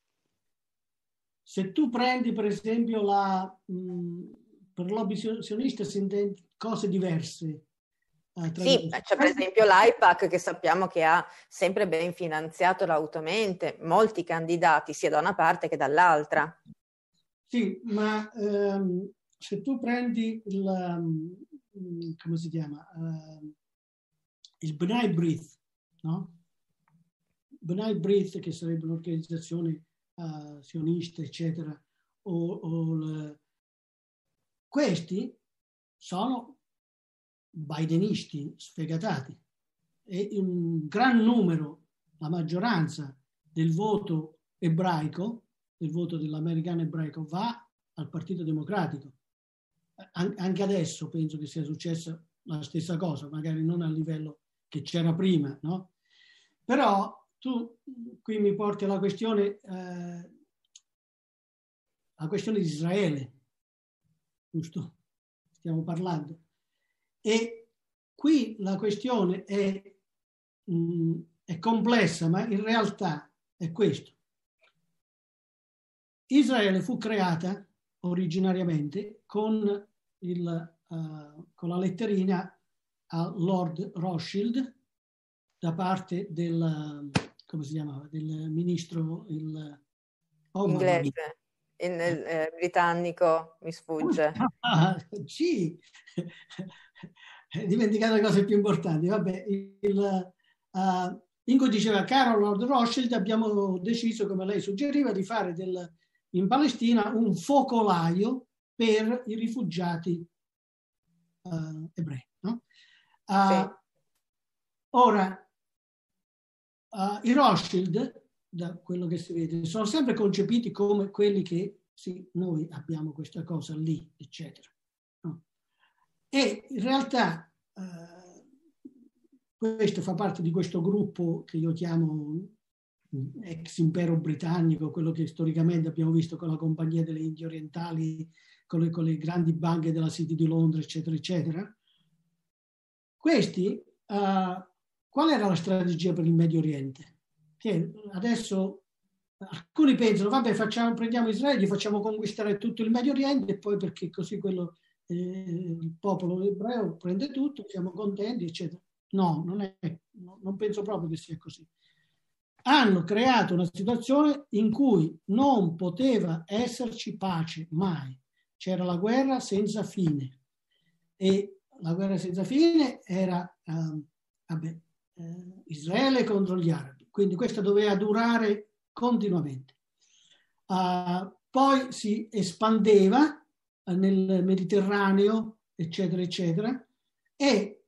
se tu prendi per esempio la... Mh, per lobby sionista si intende cose diverse. Eh, sì, c'è per esempio l'AIPAC, che sappiamo che ha sempre ben finanziato lautamente molti candidati sia da una parte che dall'altra. Sì, ma ehm, se tu prendi il, um, come si chiama, uh, il B'nai B'rith, no? B'nai B'rith, che sarebbe un'organizzazione uh, sionista, eccetera, o, o le, questi sono bidenisti sfegatati e un gran numero, la maggioranza del voto ebraico, del voto dell'americano ebraico va al Partito Democratico. An- anche adesso penso che sia successa la stessa cosa, magari non al livello che c'era prima, no? Però tu qui mi porti alla questione, eh, la questione di Israele, giusto? Stiamo parlando. E qui la questione è, mh, è complessa, ma in realtà è questo. Israele fu creata originariamente con, il, uh, con la letterina a Lord Rothschild da parte del, come si chiamava, del ministro il, oh, inglese, il, il eh, britannico, mi sfugge. Ah, sì, ho dimenticato le cose più importanti. Vabbè, il, uh, in cui diceva: caro Lord Rothschild, abbiamo deciso, come lei suggeriva, di fare del, in Palestina un focolaio per i rifugiati uh, ebrei. No? Uh, sì. Ora, uh, i Rothschild, da quello che si vede, sono sempre concepiti come quelli che sì, noi abbiamo questa cosa lì, eccetera. No? E in realtà uh, questo fa parte di questo gruppo che io chiamo ex impero britannico, quello che storicamente abbiamo visto con la Compagnia delle Indie Orientali, con le, con le grandi banche della City di Londra, eccetera, eccetera. Questi, uh, qual era la strategia per il Medio Oriente? Che adesso alcuni pensano: vabbè, facciamo, prendiamo Israele, gli facciamo conquistare tutto il Medio Oriente e poi, perché così quello, eh, il popolo ebreo prende tutto, siamo contenti, eccetera. No, non è, no, non penso proprio che sia così. Hanno creato una situazione in cui non poteva esserci pace mai. C'era la guerra senza fine. E la guerra senza fine era um, vabbè, eh, Israele contro gli arabi. Quindi questa doveva durare continuamente. Uh, poi si espandeva nel Mediterraneo, eccetera, eccetera, e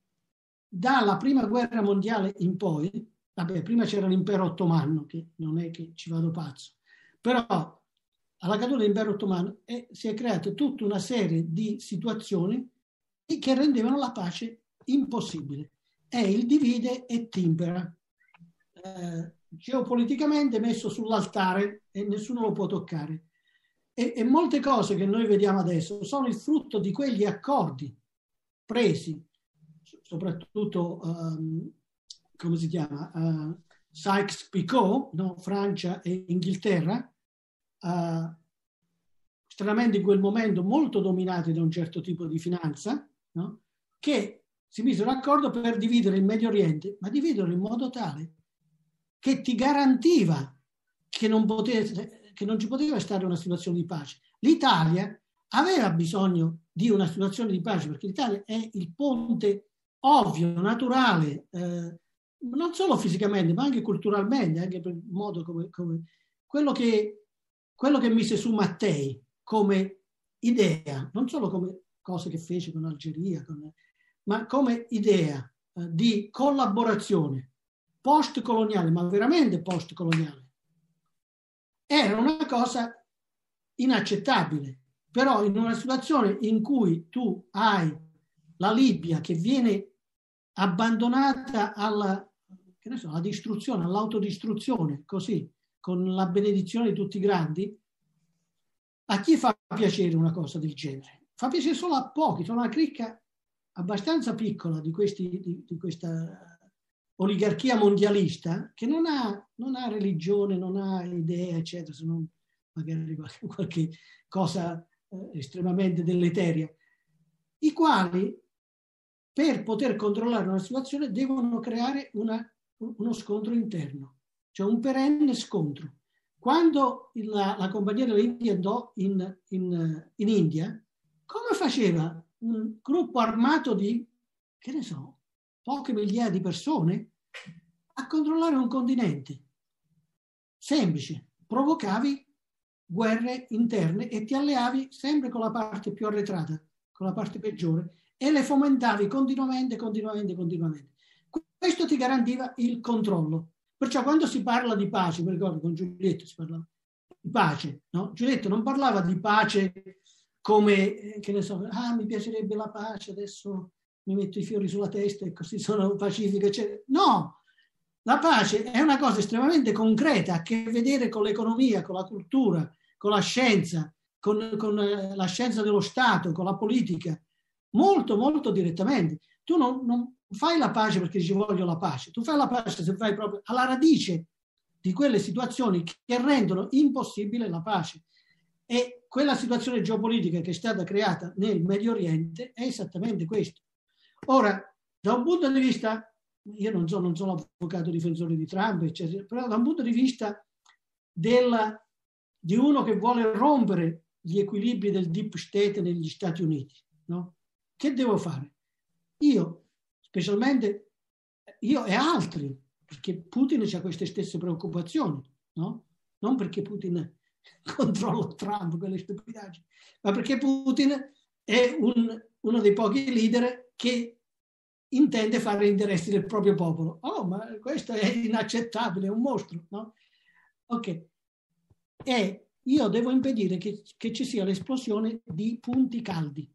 dalla prima guerra mondiale in poi, vabbè, prima c'era l'impero ottomano, che non è che ci vado pazzo, però alla caduta dell'impero ottomano eh, si è creata tutta una serie di situazioni che rendevano la pace impossibile. È il divide e timpera, eh, geopoliticamente messo sull'altare e nessuno lo può toccare. E, e molte cose che noi vediamo adesso sono il frutto di quegli accordi presi, soprattutto um, come si chiama, uh, Sykes-Picot, no? Francia e Inghilterra, uh, stranamente in quel momento molto dominati da un certo tipo di finanza, no? Che si misero d'accordo per dividere il Medio Oriente, ma dividerlo in modo tale che ti garantiva che non, poteva, che non ci poteva stare una situazione di pace. L'Italia aveva bisogno di una situazione di pace, perché l'Italia è il ponte ovvio, naturale, eh, non solo fisicamente, ma anche culturalmente, anche per il modo come, come quello, che, quello che mise su Mattei come idea, non solo come cose che fece con l'Algeria, con, ma come idea eh, di collaborazione post-coloniale, ma veramente post-coloniale. Era una cosa inaccettabile, però in una situazione in cui tu hai la Libia che viene abbandonata alla, che ne so, alla distruzione, all'autodistruzione, così, con la benedizione di tutti i grandi, a chi fa piacere una cosa del genere? Fa piacere solo a pochi, sono una cricca abbastanza piccola di, questi, di, di questa oligarchia mondialista che non ha, non ha religione, non ha idee, eccetera, se non magari qualche, qualche cosa eh, estremamente deleteria, i quali per poter controllare una situazione devono creare una, uno scontro interno, cioè un perenne scontro. Quando la, la compagnia dell'India andò in, in, in India, come faceva un gruppo armato di, che ne so, poche migliaia di persone a controllare un continente? Semplice, provocavi guerre interne e ti alleavi sempre con la parte più arretrata, con la parte peggiore, e le fomentavi continuamente, continuamente, continuamente. Questo ti garantiva il controllo. Perciò quando si parla di pace, mi ricordo con Giulietto si parlava di pace, no? Giulietto non parlava di pace come, che ne so, ah mi piacerebbe la pace, adesso mi metto i fiori sulla testa e così sono pacifico, eccetera. No, la pace è una cosa estremamente concreta, ha a che vedere con l'economia, con la cultura, con la scienza, con, con la scienza dello Stato, con la politica, molto, molto direttamente. Tu non, non fai la pace perché ci voglio la pace, tu fai la pace se fai proprio alla radice di quelle situazioni che rendono impossibile la pace. E quella situazione geopolitica che è stata creata nel Medio Oriente è esattamente questo. Ora, da un punto di vista, io non sono, non sono avvocato difensore di Trump, eccetera, però da un punto di vista della, di uno che vuole rompere gli equilibri del deep state negli Stati Uniti, no? Che devo fare? Io, specialmente, io e altri, perché Putin ha queste stesse preoccupazioni, no? Non perché Putin controlla Trump, quelle stupidaggini, ma perché Putin è un, uno dei pochi leader che intende fare gli interessi del proprio popolo. Oh, ma questo è inaccettabile, è un mostro, no? Ok. E io devo impedire che, che ci sia l'esplosione di punti caldi.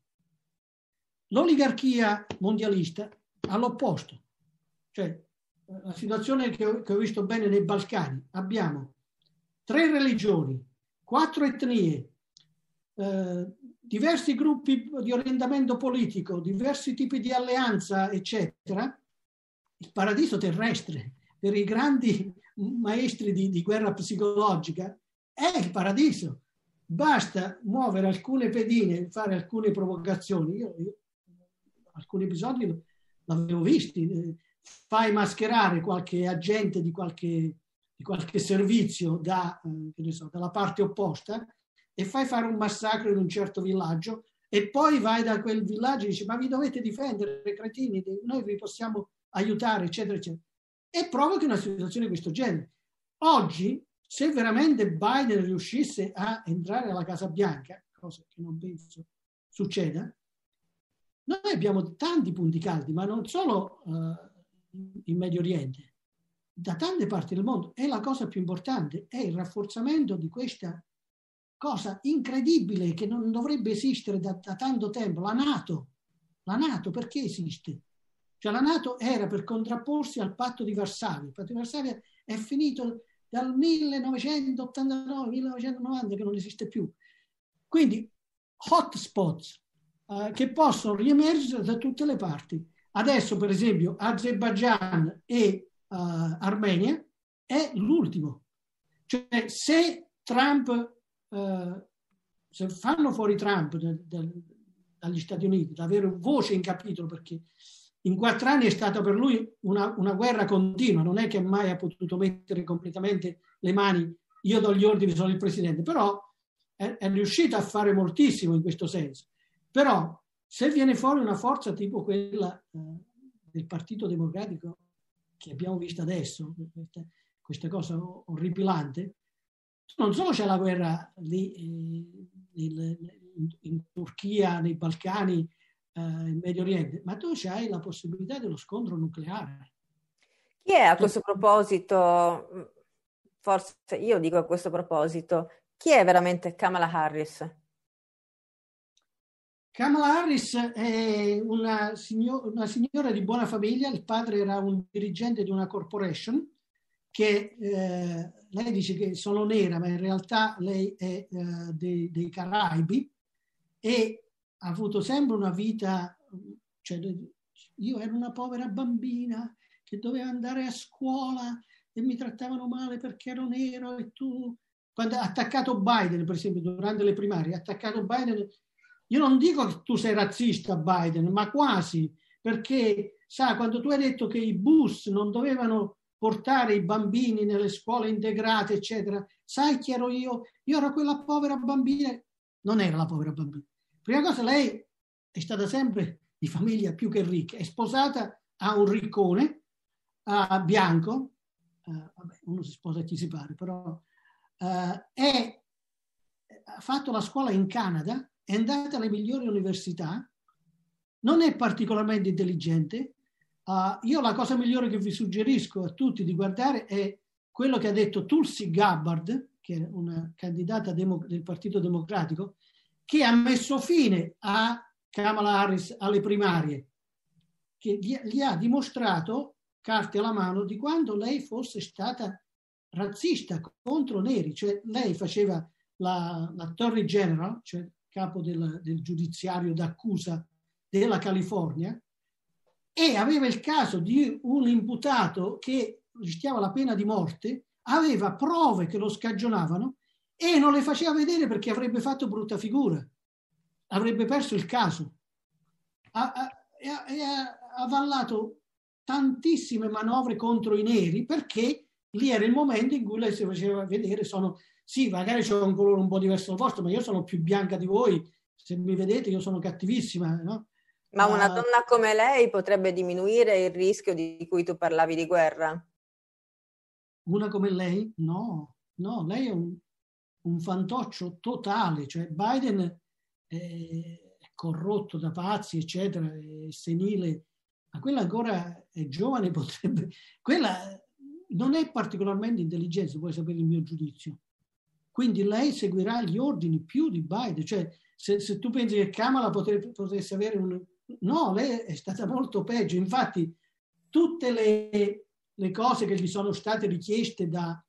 L'oligarchia mondialista all'opposto, cioè la situazione che ho, che ho visto bene nei Balcani, abbiamo tre religioni, quattro etnie, eh, diversi gruppi di orientamento politico, diversi tipi di alleanza, eccetera. Il paradiso terrestre per i grandi maestri di, di guerra psicologica è il paradiso. Basta muovere alcune pedine, fare alcune provocazioni. Io, io alcuni episodi l'avevo visti, fai mascherare qualche agente di qualche, di qualche servizio da, eh, che ne so, dalla parte opposta e fai fare un massacro in un certo villaggio e poi vai da quel villaggio e dici ma vi dovete difendere, cretini, noi vi possiamo aiutare, eccetera, eccetera. E provochi una situazione di questo genere. Oggi, se veramente Biden riuscisse a entrare alla Casa Bianca, cosa che non penso succeda, noi abbiamo tanti punti caldi, ma non solo uh, in Medio Oriente, da tante parti del mondo. E la cosa più importante è il rafforzamento di questa cosa incredibile che non dovrebbe esistere da, da tanto tempo, la NATO. La NATO perché esiste? Cioè la NATO era per contrapporsi al patto di Varsavia. Il patto di Varsavia è finito dal millenovecentottantanove millenovecentonovanta che non esiste più. Quindi hotspots che possono riemergere da tutte le parti. Adesso, per esempio, Azerbaijan e uh, Armenia è l'ultimo. Cioè, se Trump, uh, se fanno fuori Trump da, da, dagli Stati Uniti, da avere voce in capitolo, perché in quattro anni è stata per lui una, una guerra continua, non è che mai ha potuto mettere completamente le mani io do gli ordini, sono il presidente, però è, è riuscita a fare moltissimo in questo senso. Però se viene fuori una forza tipo quella eh, del Partito Democratico che abbiamo visto adesso, questa, questa cosa orripilante, non solo c'è la guerra lì eh, in, in Turchia, nei Balcani, eh, in Medio Oriente, ma tu c'hai la possibilità dello scontro nucleare. Chi è a questo proposito, forse io dico a questo proposito, chi è veramente Kamala Harris? Kamala Harris è una, signor, una signora di buona famiglia, il padre era un dirigente di una corporation, che eh, lei dice che sono nera, ma in realtà lei è eh, dei, dei Caraibi e ha avuto sempre una vita, cioè io ero una povera bambina che doveva andare a scuola e mi trattavano male perché ero nero e tu, quando ha attaccato Biden, per esempio, durante le primarie, ha attaccato Biden, io non dico che tu sei razzista Biden, ma quasi, perché sa, quando tu hai detto che i bus non dovevano portare i bambini nelle scuole integrate, eccetera, sai chi ero io? Io ero quella povera bambina, non era la povera bambina. Prima cosa, lei è stata sempre di famiglia più che ricca, è sposata a un riccone, a bianco, uh, vabbè, uno si sposa a chi si pare, però uh, è, ha fatto la scuola in Canada, è andata alle migliori università, non è particolarmente intelligente. Uh, io la cosa migliore che vi suggerisco a tutti di guardare è quello che ha detto Tulsi Gabbard, che è una candidata demo- del Partito Democratico, che ha messo fine a Kamala Harris alle primarie, che gli, gli ha dimostrato, carte alla mano, di quando lei fosse stata razzista contro neri. Cioè lei faceva la, l'attorney general, cioè capo del, del giudiziario d'accusa della California, e aveva il caso di un imputato che rischiava la pena di morte, aveva prove che lo scagionavano e non le faceva vedere perché avrebbe fatto brutta figura, avrebbe perso il caso. Ha, ha, ha avallato tantissime manovre contro i neri perché lì era il momento in cui lei si faceva vedere, sono, sì, magari c'è un colore un po' diverso dal vostro, ma io sono più bianca di voi, se mi vedete io sono cattivissima, no? Ma una donna come lei potrebbe diminuire il rischio di cui tu parlavi di guerra? Una come lei? No, no, lei è un, un fantoccio totale, cioè Biden è corrotto da pazzi, eccetera, è senile, ma quella ancora è giovane, potrebbe, quella non è particolarmente intelligente, vuoi sapere il mio giudizio. Quindi lei seguirà gli ordini più di Biden, cioè se, se tu pensi che Kamala potrebbe, potesse avere un... No, lei è stata molto peggio. Infatti tutte le, le cose che gli sono state richieste da,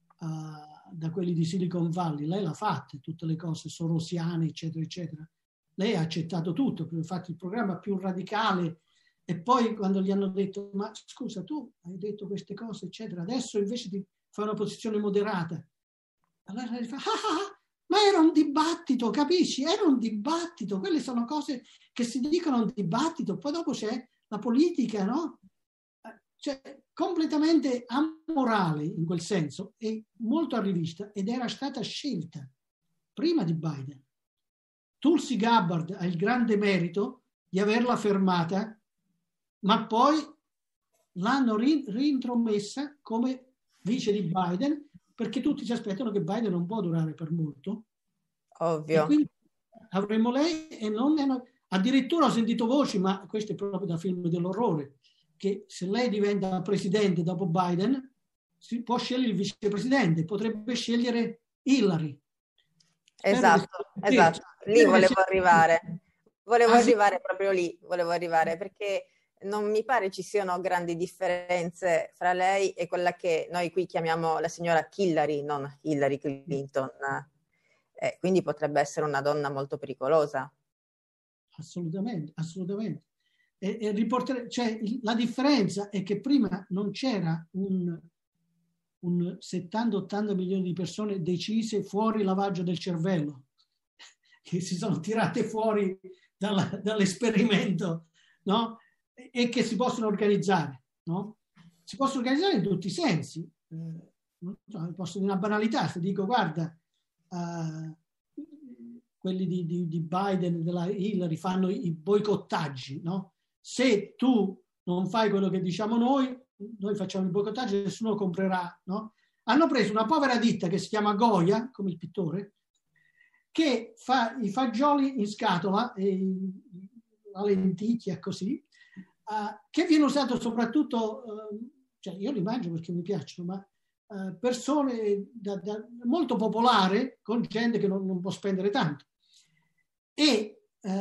uh, da quelli di Silicon Valley, lei l'ha fatte, tutte le cose sorosiane, eccetera, eccetera. Lei ha accettato tutto, infatti il programma più radicale. E poi quando gli hanno detto, ma scusa, tu hai detto queste cose, eccetera, adesso invece di fare una posizione moderata, allora lei fa, ah, ah, ma era un dibattito, capisci? Era un dibattito, quelle sono cose che si dicono a un dibattito, poi dopo c'è la politica, no? Cioè, completamente amorale in quel senso e molto a rivista, ed era stata scelta prima di Biden. Tulsi Gabbard ha il grande merito di averla fermata, ma poi l'hanno rintromessa come vice di Biden, perché tutti si aspettano che Biden non può durare per molto. Ovvio. E quindi avremo lei e non hanno... Addirittura ho sentito voci, ma questo è proprio da film dell'orrore, che se lei diventa presidente dopo Biden si può scegliere il vicepresidente, potrebbe scegliere Hillary. Esatto, esatto. Lì volevo arrivare. Volevo arrivare proprio lì, volevo arrivare perché non mi pare ci siano grandi differenze fra lei e quella che noi qui chiamiamo la signora Hillary, non Hillary Clinton. Eh, quindi potrebbe essere una donna molto pericolosa. Assolutamente, assolutamente. E, e riportere, cioè, la differenza è che prima non c'era un, un settanta ottanta milioni di persone decise fuori lavaggio del cervello, che si sono tirate fuori dalla, dall'esperimento, no? E che si possono organizzare, no? Si possono organizzare in tutti i sensi. non so, posso dire una banalità, se dico guarda, uh, quelli di, di, di Biden e della Hillary fanno i boicottaggi, no? Se tu non fai quello che diciamo noi, noi facciamo il boicottaggio e nessuno comprerà, no? Hanno preso una povera ditta che si chiama Goya, come il pittore, che fa i fagioli in scatola, e la lenticchia così, uh, che viene usato soprattutto, uh, cioè io li mangio perché mi piacciono, ma uh, persone da, da, molto popolare, con gente che non, non può spendere tanto. E uh,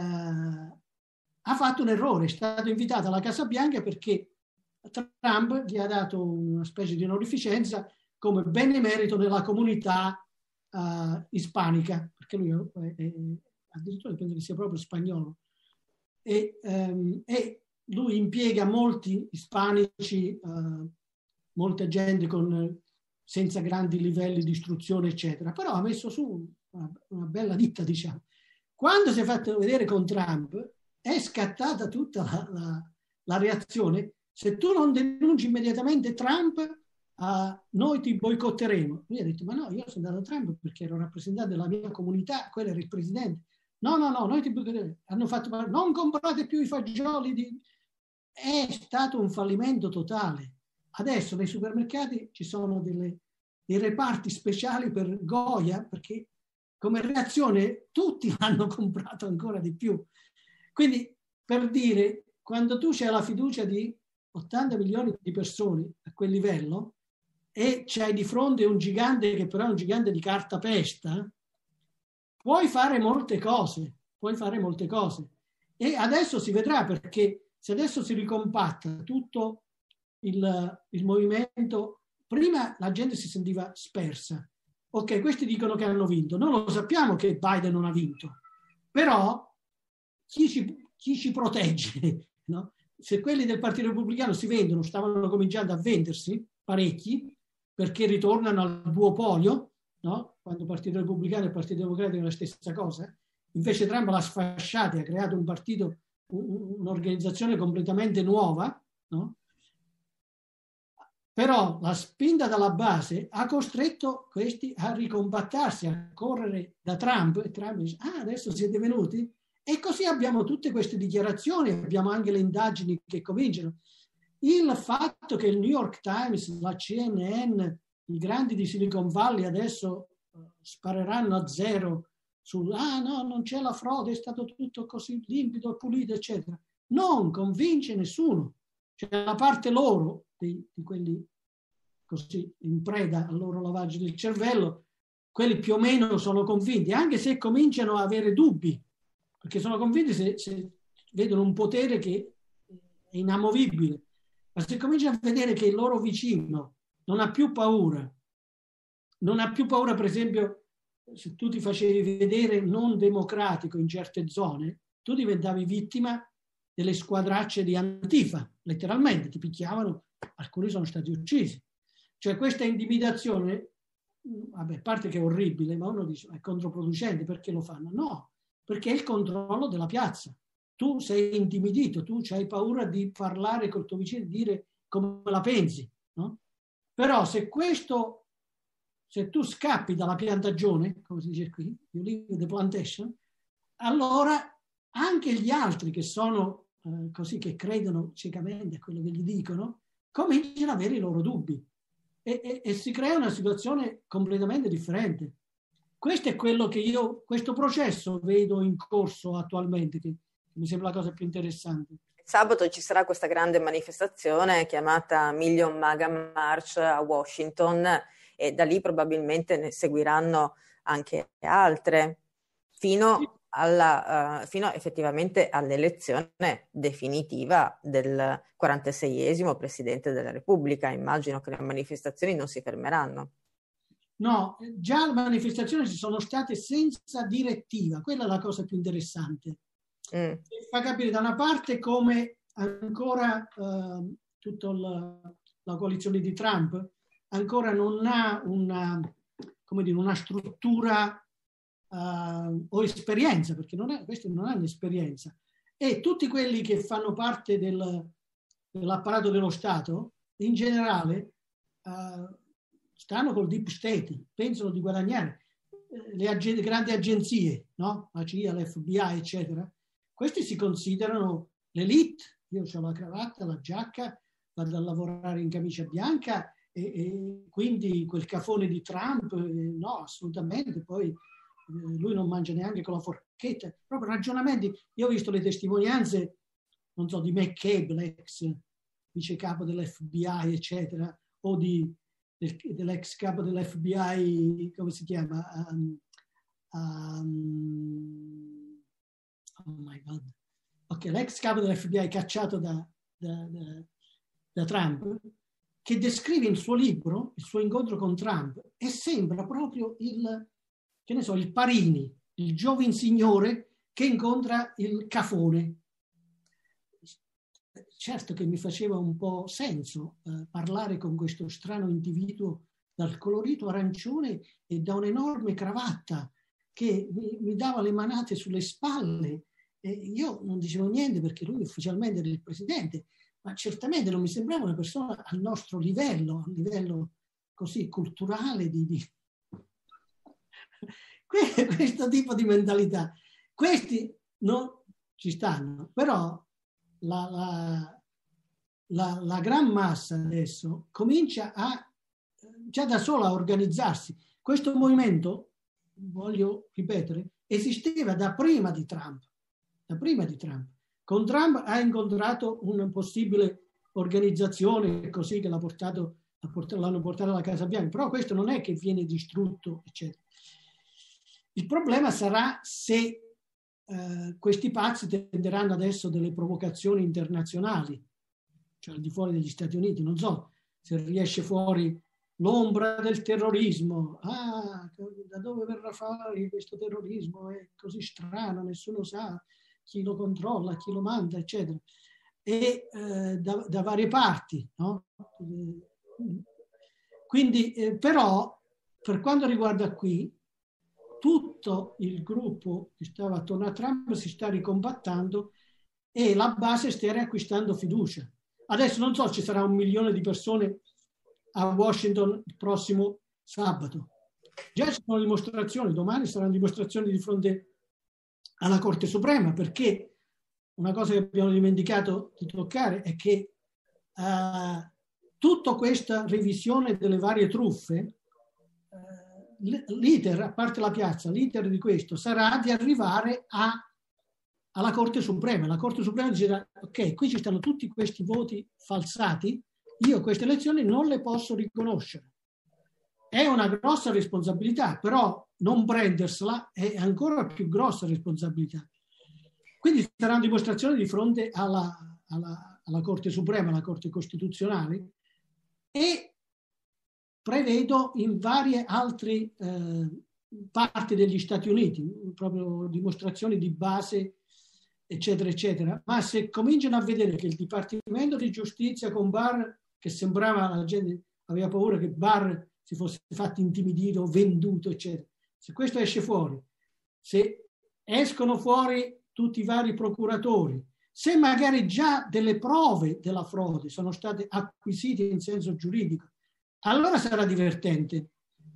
ha fatto un errore, è stato invitato alla Casa Bianca perché Trump gli ha dato una specie di onorificenza come benemerito della comunità Uh, ispanica, perché lui è, è, addirittura penso che sia proprio spagnolo, e, um, e lui impiega molti ispanici, uh, molta gente con, senza grandi livelli di istruzione, eccetera, però ha messo su una, una bella ditta, diciamo. Quando si è fatto vedere con Trump è scattata tutta la, la, la reazione: se tu non denunci immediatamente Trump, Uh, noi ti boicotteremo. Lui ha detto: ma no, io sono andato a Trump perché ero rappresentante della mia comunità, quello era il presidente. No, no, no, noi ti boicotteremo. Hanno fatto: non comprate più i fagioli di... È stato un fallimento totale. Adesso nei supermercati ci sono delle, dei reparti speciali per Goya, perché come reazione tutti hanno comprato ancora di più. Quindi, per dire, quando tu c'hai la fiducia di ottanta milioni di persone a quel livello e c'hai di fronte un gigante che però è un gigante di cartapesta, puoi fare molte cose, puoi fare molte cose. E adesso si vedrà, perché se adesso si ricompatta tutto il, il movimento, prima la gente si sentiva spersa. Ok, questi dicono che hanno vinto, noi lo sappiamo che Biden non ha vinto, però chi ci, chi ci protegge, no? Se quelli del Partito Repubblicano si vendono, stavano cominciando a vendersi parecchi, perché ritornano al duopolio, no? Quando il Partito Repubblicano e il Partito Democratico è la stessa cosa. Invece Trump l'ha sfasciata e ha creato un partito, un'organizzazione completamente nuova, no? Però la spinta dalla base ha costretto questi a ricombattarsi, a correre da Trump, e Trump dice: ah, adesso siete venuti? E così abbiamo tutte queste dichiarazioni, abbiamo anche le indagini che cominciano. Il fatto che il New York Times, la C N N, i grandi di Silicon Valley adesso uh, spareranno a zero sul ah no, non c'è la frode, è stato tutto così limpido, pulito, eccetera, non convince nessuno. C'è la parte loro, di, di quelli così in preda al loro lavaggio del cervello, quelli più o meno sono convinti, anche se cominciano a avere dubbi, perché sono convinti se, se vedono un potere che è inamovibile. Ma se cominciano a vedere che il loro vicino non ha più paura, non ha più paura, per esempio, se tu ti facevi vedere non democratico in certe zone, tu diventavi vittima delle squadracce di Antifa, letteralmente, ti picchiavano, alcuni sono stati uccisi. Cioè questa intimidazione, vabbè, a parte che è orribile, ma uno dice è controproducente, perché lo fanno? No, perché è il controllo della piazza. Tu sei intimidito, tu hai paura di parlare col tuo vicino, di dire come la pensi, no? Però se questo, se tu scappi dalla piantagione, come si dice qui, you leave the plantation, allora anche gli altri che sono eh, così, che credono ciecamente a quello che gli dicono, cominciano ad avere i loro dubbi e, e, e si crea una situazione completamente differente. Questo è quello che io, questo processo vedo in corso attualmente, che mi sembra la cosa più interessante. Sabato ci sarà questa grande manifestazione chiamata Million MAGA March a Washington e da lì probabilmente ne seguiranno anche altre fino, alla, uh, fino effettivamente all'elezione definitiva del quarantaseiesimo Presidente della Repubblica. Immagino che le manifestazioni non si fermeranno. No, già le manifestazioni ci sono state senza direttiva, quella è la cosa più interessante. Mm. Fa capire da una parte come ancora uh, tutta la, la coalizione di Trump ancora non ha una, come dire, una struttura uh, o esperienza, perché non è, questi non hanno esperienza, e tutti quelli che fanno parte del, dell'apparato dello Stato in generale uh, stanno col deep state, pensano di guadagnare. Le ag- grandi agenzie, no? La C I A, l'F B I, eccetera, questi si considerano l'elite. Io ho la cravatta, la giacca, vado a lavorare in camicia bianca e, e quindi quel cafone di Trump, eh, no, assolutamente. Poi eh, lui non mangia neanche con la forchetta. Proprio ragionamenti. Io ho visto le testimonianze, non so, di McCabe, l'ex vice capo dell'F B I, eccetera, o di dell'ex capo dell'F B I, come si chiama? Um, um, oh my God. Ok, l'ex capo dell'F B I cacciato da, da, da, da Trump, che descrive il suo libro, il suo incontro con Trump, e sembra proprio il, che ne so, il Parini, il giovane signore che incontra il cafone. Certo che mi faceva un po' senso eh, parlare con questo strano individuo dal colorito arancione e da un'enorme cravatta che mi, mi dava le manate sulle spalle. E io non dicevo niente perché lui ufficialmente era il presidente, ma certamente non mi sembrava una persona al nostro livello, a livello così culturale di, di... questo tipo di mentalità. Questi non ci stanno, però La, la, la, la gran massa adesso comincia a già da sola a organizzarsi. Questo movimento, voglio ripetere, esisteva da prima di Trump. Da prima di Trump. Con Trump ha incontrato una possibile organizzazione così che l'ha portato, l'hanno portato alla Casa Bianca, però questo non è che viene distrutto, eccetera. Il problema sarà se Uh, questi pazzi tenderanno adesso delle provocazioni internazionali, cioè al di fuori degli Stati Uniti. Non so se riesce fuori l'ombra del terrorismo. Ah, da dove verrà fuori questo terrorismo? È così strano, nessuno sa chi lo controlla, chi lo manda, eccetera. E uh, da, da varie parti, no? Quindi, eh, però, per quanto riguarda qui, tutto il gruppo che stava attorno a Trump si sta ricombattando e la base sta riacquistando fiducia. Adesso non so, ci sarà un milione di persone a Washington il prossimo sabato. Già ci sono dimostrazioni, domani saranno dimostrazioni di fronte alla Corte Suprema, perché una cosa che abbiamo dimenticato di toccare è che uh, tutta questa revisione delle varie truffe, uh, l'iter, a parte la piazza, l'iter di questo sarà di arrivare a, alla Corte Suprema. La Corte Suprema dirà: ok, qui ci stanno tutti questi voti falsati, io queste elezioni non le posso riconoscere. È una grossa responsabilità, però non prendersela è ancora più grossa responsabilità. Quindi saranno dimostrazioni di fronte alla, alla, alla Corte Suprema, alla Corte Costituzionale, e prevedo in varie altre eh, parti degli Stati Uniti, proprio dimostrazioni di base, eccetera, eccetera. Ma se cominciano a vedere che il Dipartimento di Giustizia con Barr, che sembrava, la gente aveva paura che Barr si fosse fatto intimidire o venduto, eccetera, se questo esce fuori, se escono fuori tutti i vari procuratori, se magari già delle prove della frode sono state acquisite in senso giuridico, allora sarà divertente.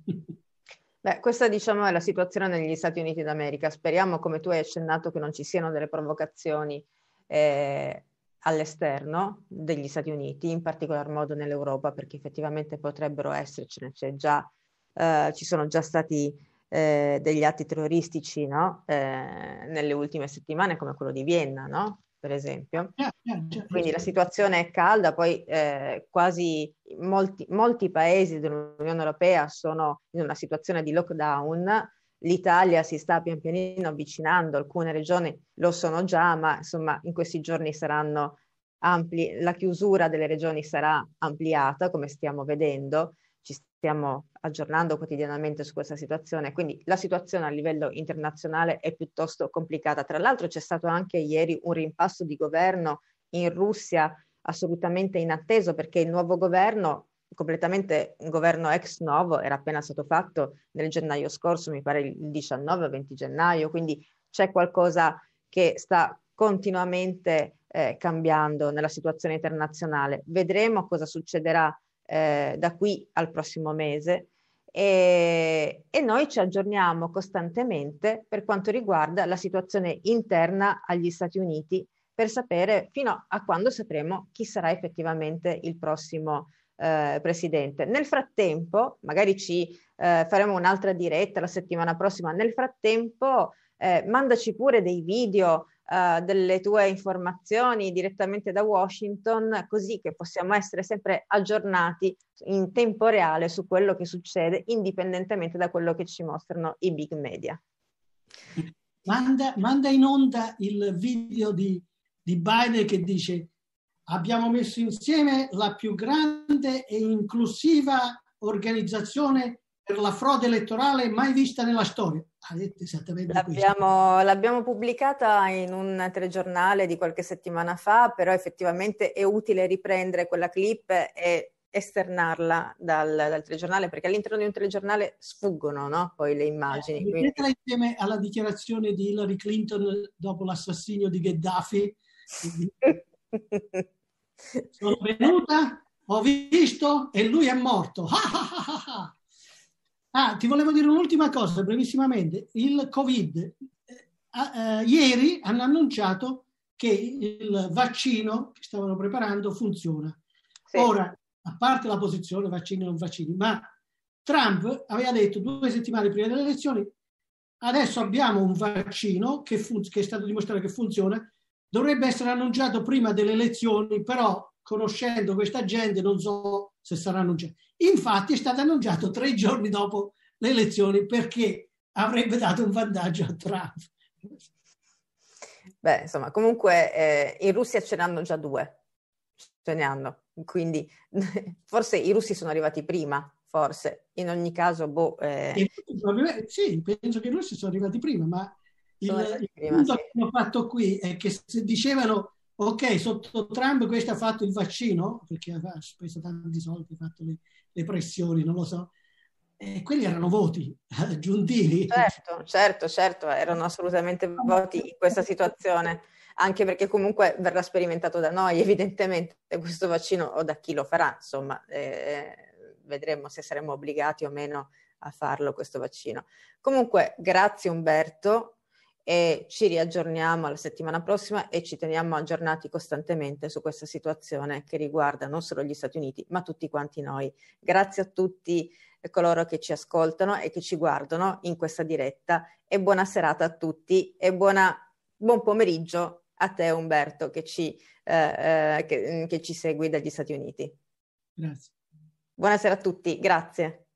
Beh, questa diciamo è la situazione negli Stati Uniti d'America. Speriamo, come tu hai accennato, che non ci siano delle provocazioni eh, all'esterno degli Stati Uniti, in particolar modo nell'Europa, perché effettivamente potrebbero essercene. C'è già, eh, ci sono già stati eh, degli atti terroristici, no? eh, nelle ultime settimane, come quello di Vienna, no? Per esempio. Quindi la situazione è calda, poi eh, quasi molti, molti paesi dell'Unione Europea sono in una situazione di lockdown. L'Italia si sta pian pianino avvicinando, alcune regioni lo sono già, ma insomma in questi giorni saranno ampli, la chiusura delle regioni sarà ampliata, come stiamo vedendo. Ci stiamo aggiornando quotidianamente su questa situazione, quindi la situazione a livello internazionale è piuttosto complicata. Tra l'altro c'è stato anche ieri un rimpasso di governo in Russia assolutamente inatteso, perché il nuovo governo, completamente un governo ex novo, era appena stato fatto nel gennaio scorso, mi pare il diciannove o venti gennaio, quindi c'è qualcosa che sta continuamente eh, cambiando nella situazione internazionale. Vedremo cosa succederà eh, da qui al prossimo mese. E, e noi ci aggiorniamo costantemente per quanto riguarda la situazione interna agli Stati Uniti, per sapere fino a quando sapremo chi sarà effettivamente il prossimo eh, presidente. Nel frattempo, magari ci eh, faremo un'altra diretta la settimana prossima, nel frattempo eh, mandaci pure dei video Uh, delle tue informazioni direttamente da Washington, così che possiamo essere sempre aggiornati in tempo reale su quello che succede, indipendentemente da quello che ci mostrano i big media. Manda, manda in onda il video di, di Biden che dice: abbiamo messo insieme la più grande e inclusiva organizzazione per la frode elettorale mai vista nella storia. Ha detto esattamente l'abbiamo, l'abbiamo pubblicata in un telegiornale di qualche settimana fa, però effettivamente è utile riprendere quella clip e esternarla dal, dal telegiornale, perché all'interno di un telegiornale sfuggono, no? Poi le immagini. Eh, quindi... insieme alla dichiarazione di Hillary Clinton dopo l'assassinio di Gheddafi. Sono venuta, ho visto e lui è morto. Ah, ti volevo dire un'ultima cosa, brevissimamente. Il Covid, eh, eh, ieri hanno annunciato che il vaccino che stavano preparando funziona. Sì. Ora, a parte la posizione vaccini o non vaccini, ma Trump aveva detto due settimane prima delle elezioni: adesso abbiamo un vaccino che, fun- che è stato dimostrato che funziona, dovrebbe essere annunciato prima delle elezioni, però conoscendo questa gente non so se sarà annunciato. Infatti è stato annunciato tre giorni dopo le elezioni, perché avrebbe dato un vantaggio a Trump. Beh, insomma, comunque eh, in Russia ce n'hanno già due, ce ne hanno, quindi forse i russi sono arrivati prima, forse, in ogni caso, boh... Eh... Sì, penso che i russi sono arrivati prima, ma il, il prima, punto sì. Che hanno fatto qui è che se dicevano: ok, sotto Trump questo ha fatto il vaccino, perché ha speso tanti soldi, ha fatto le, le pressioni, non lo so, e quelli erano voti aggiuntivi. Certo, certo, certo, erano assolutamente voti in questa situazione, anche perché comunque verrà sperimentato da noi, evidentemente, questo vaccino, o da chi lo farà, insomma, eh, vedremo se saremo obbligati o meno a farlo questo vaccino. Comunque, grazie Umberto. E ci riaggiorniamo la settimana prossima e ci teniamo aggiornati costantemente su questa situazione che riguarda non solo gli Stati Uniti, ma tutti quanti noi. Grazie a tutti coloro che ci ascoltano e che ci guardano in questa diretta, e buona serata a tutti e buona, buon pomeriggio a te Umberto che ci, eh, eh, che, che ci segui dagli Stati Uniti. Grazie. Buonasera a tutti, grazie.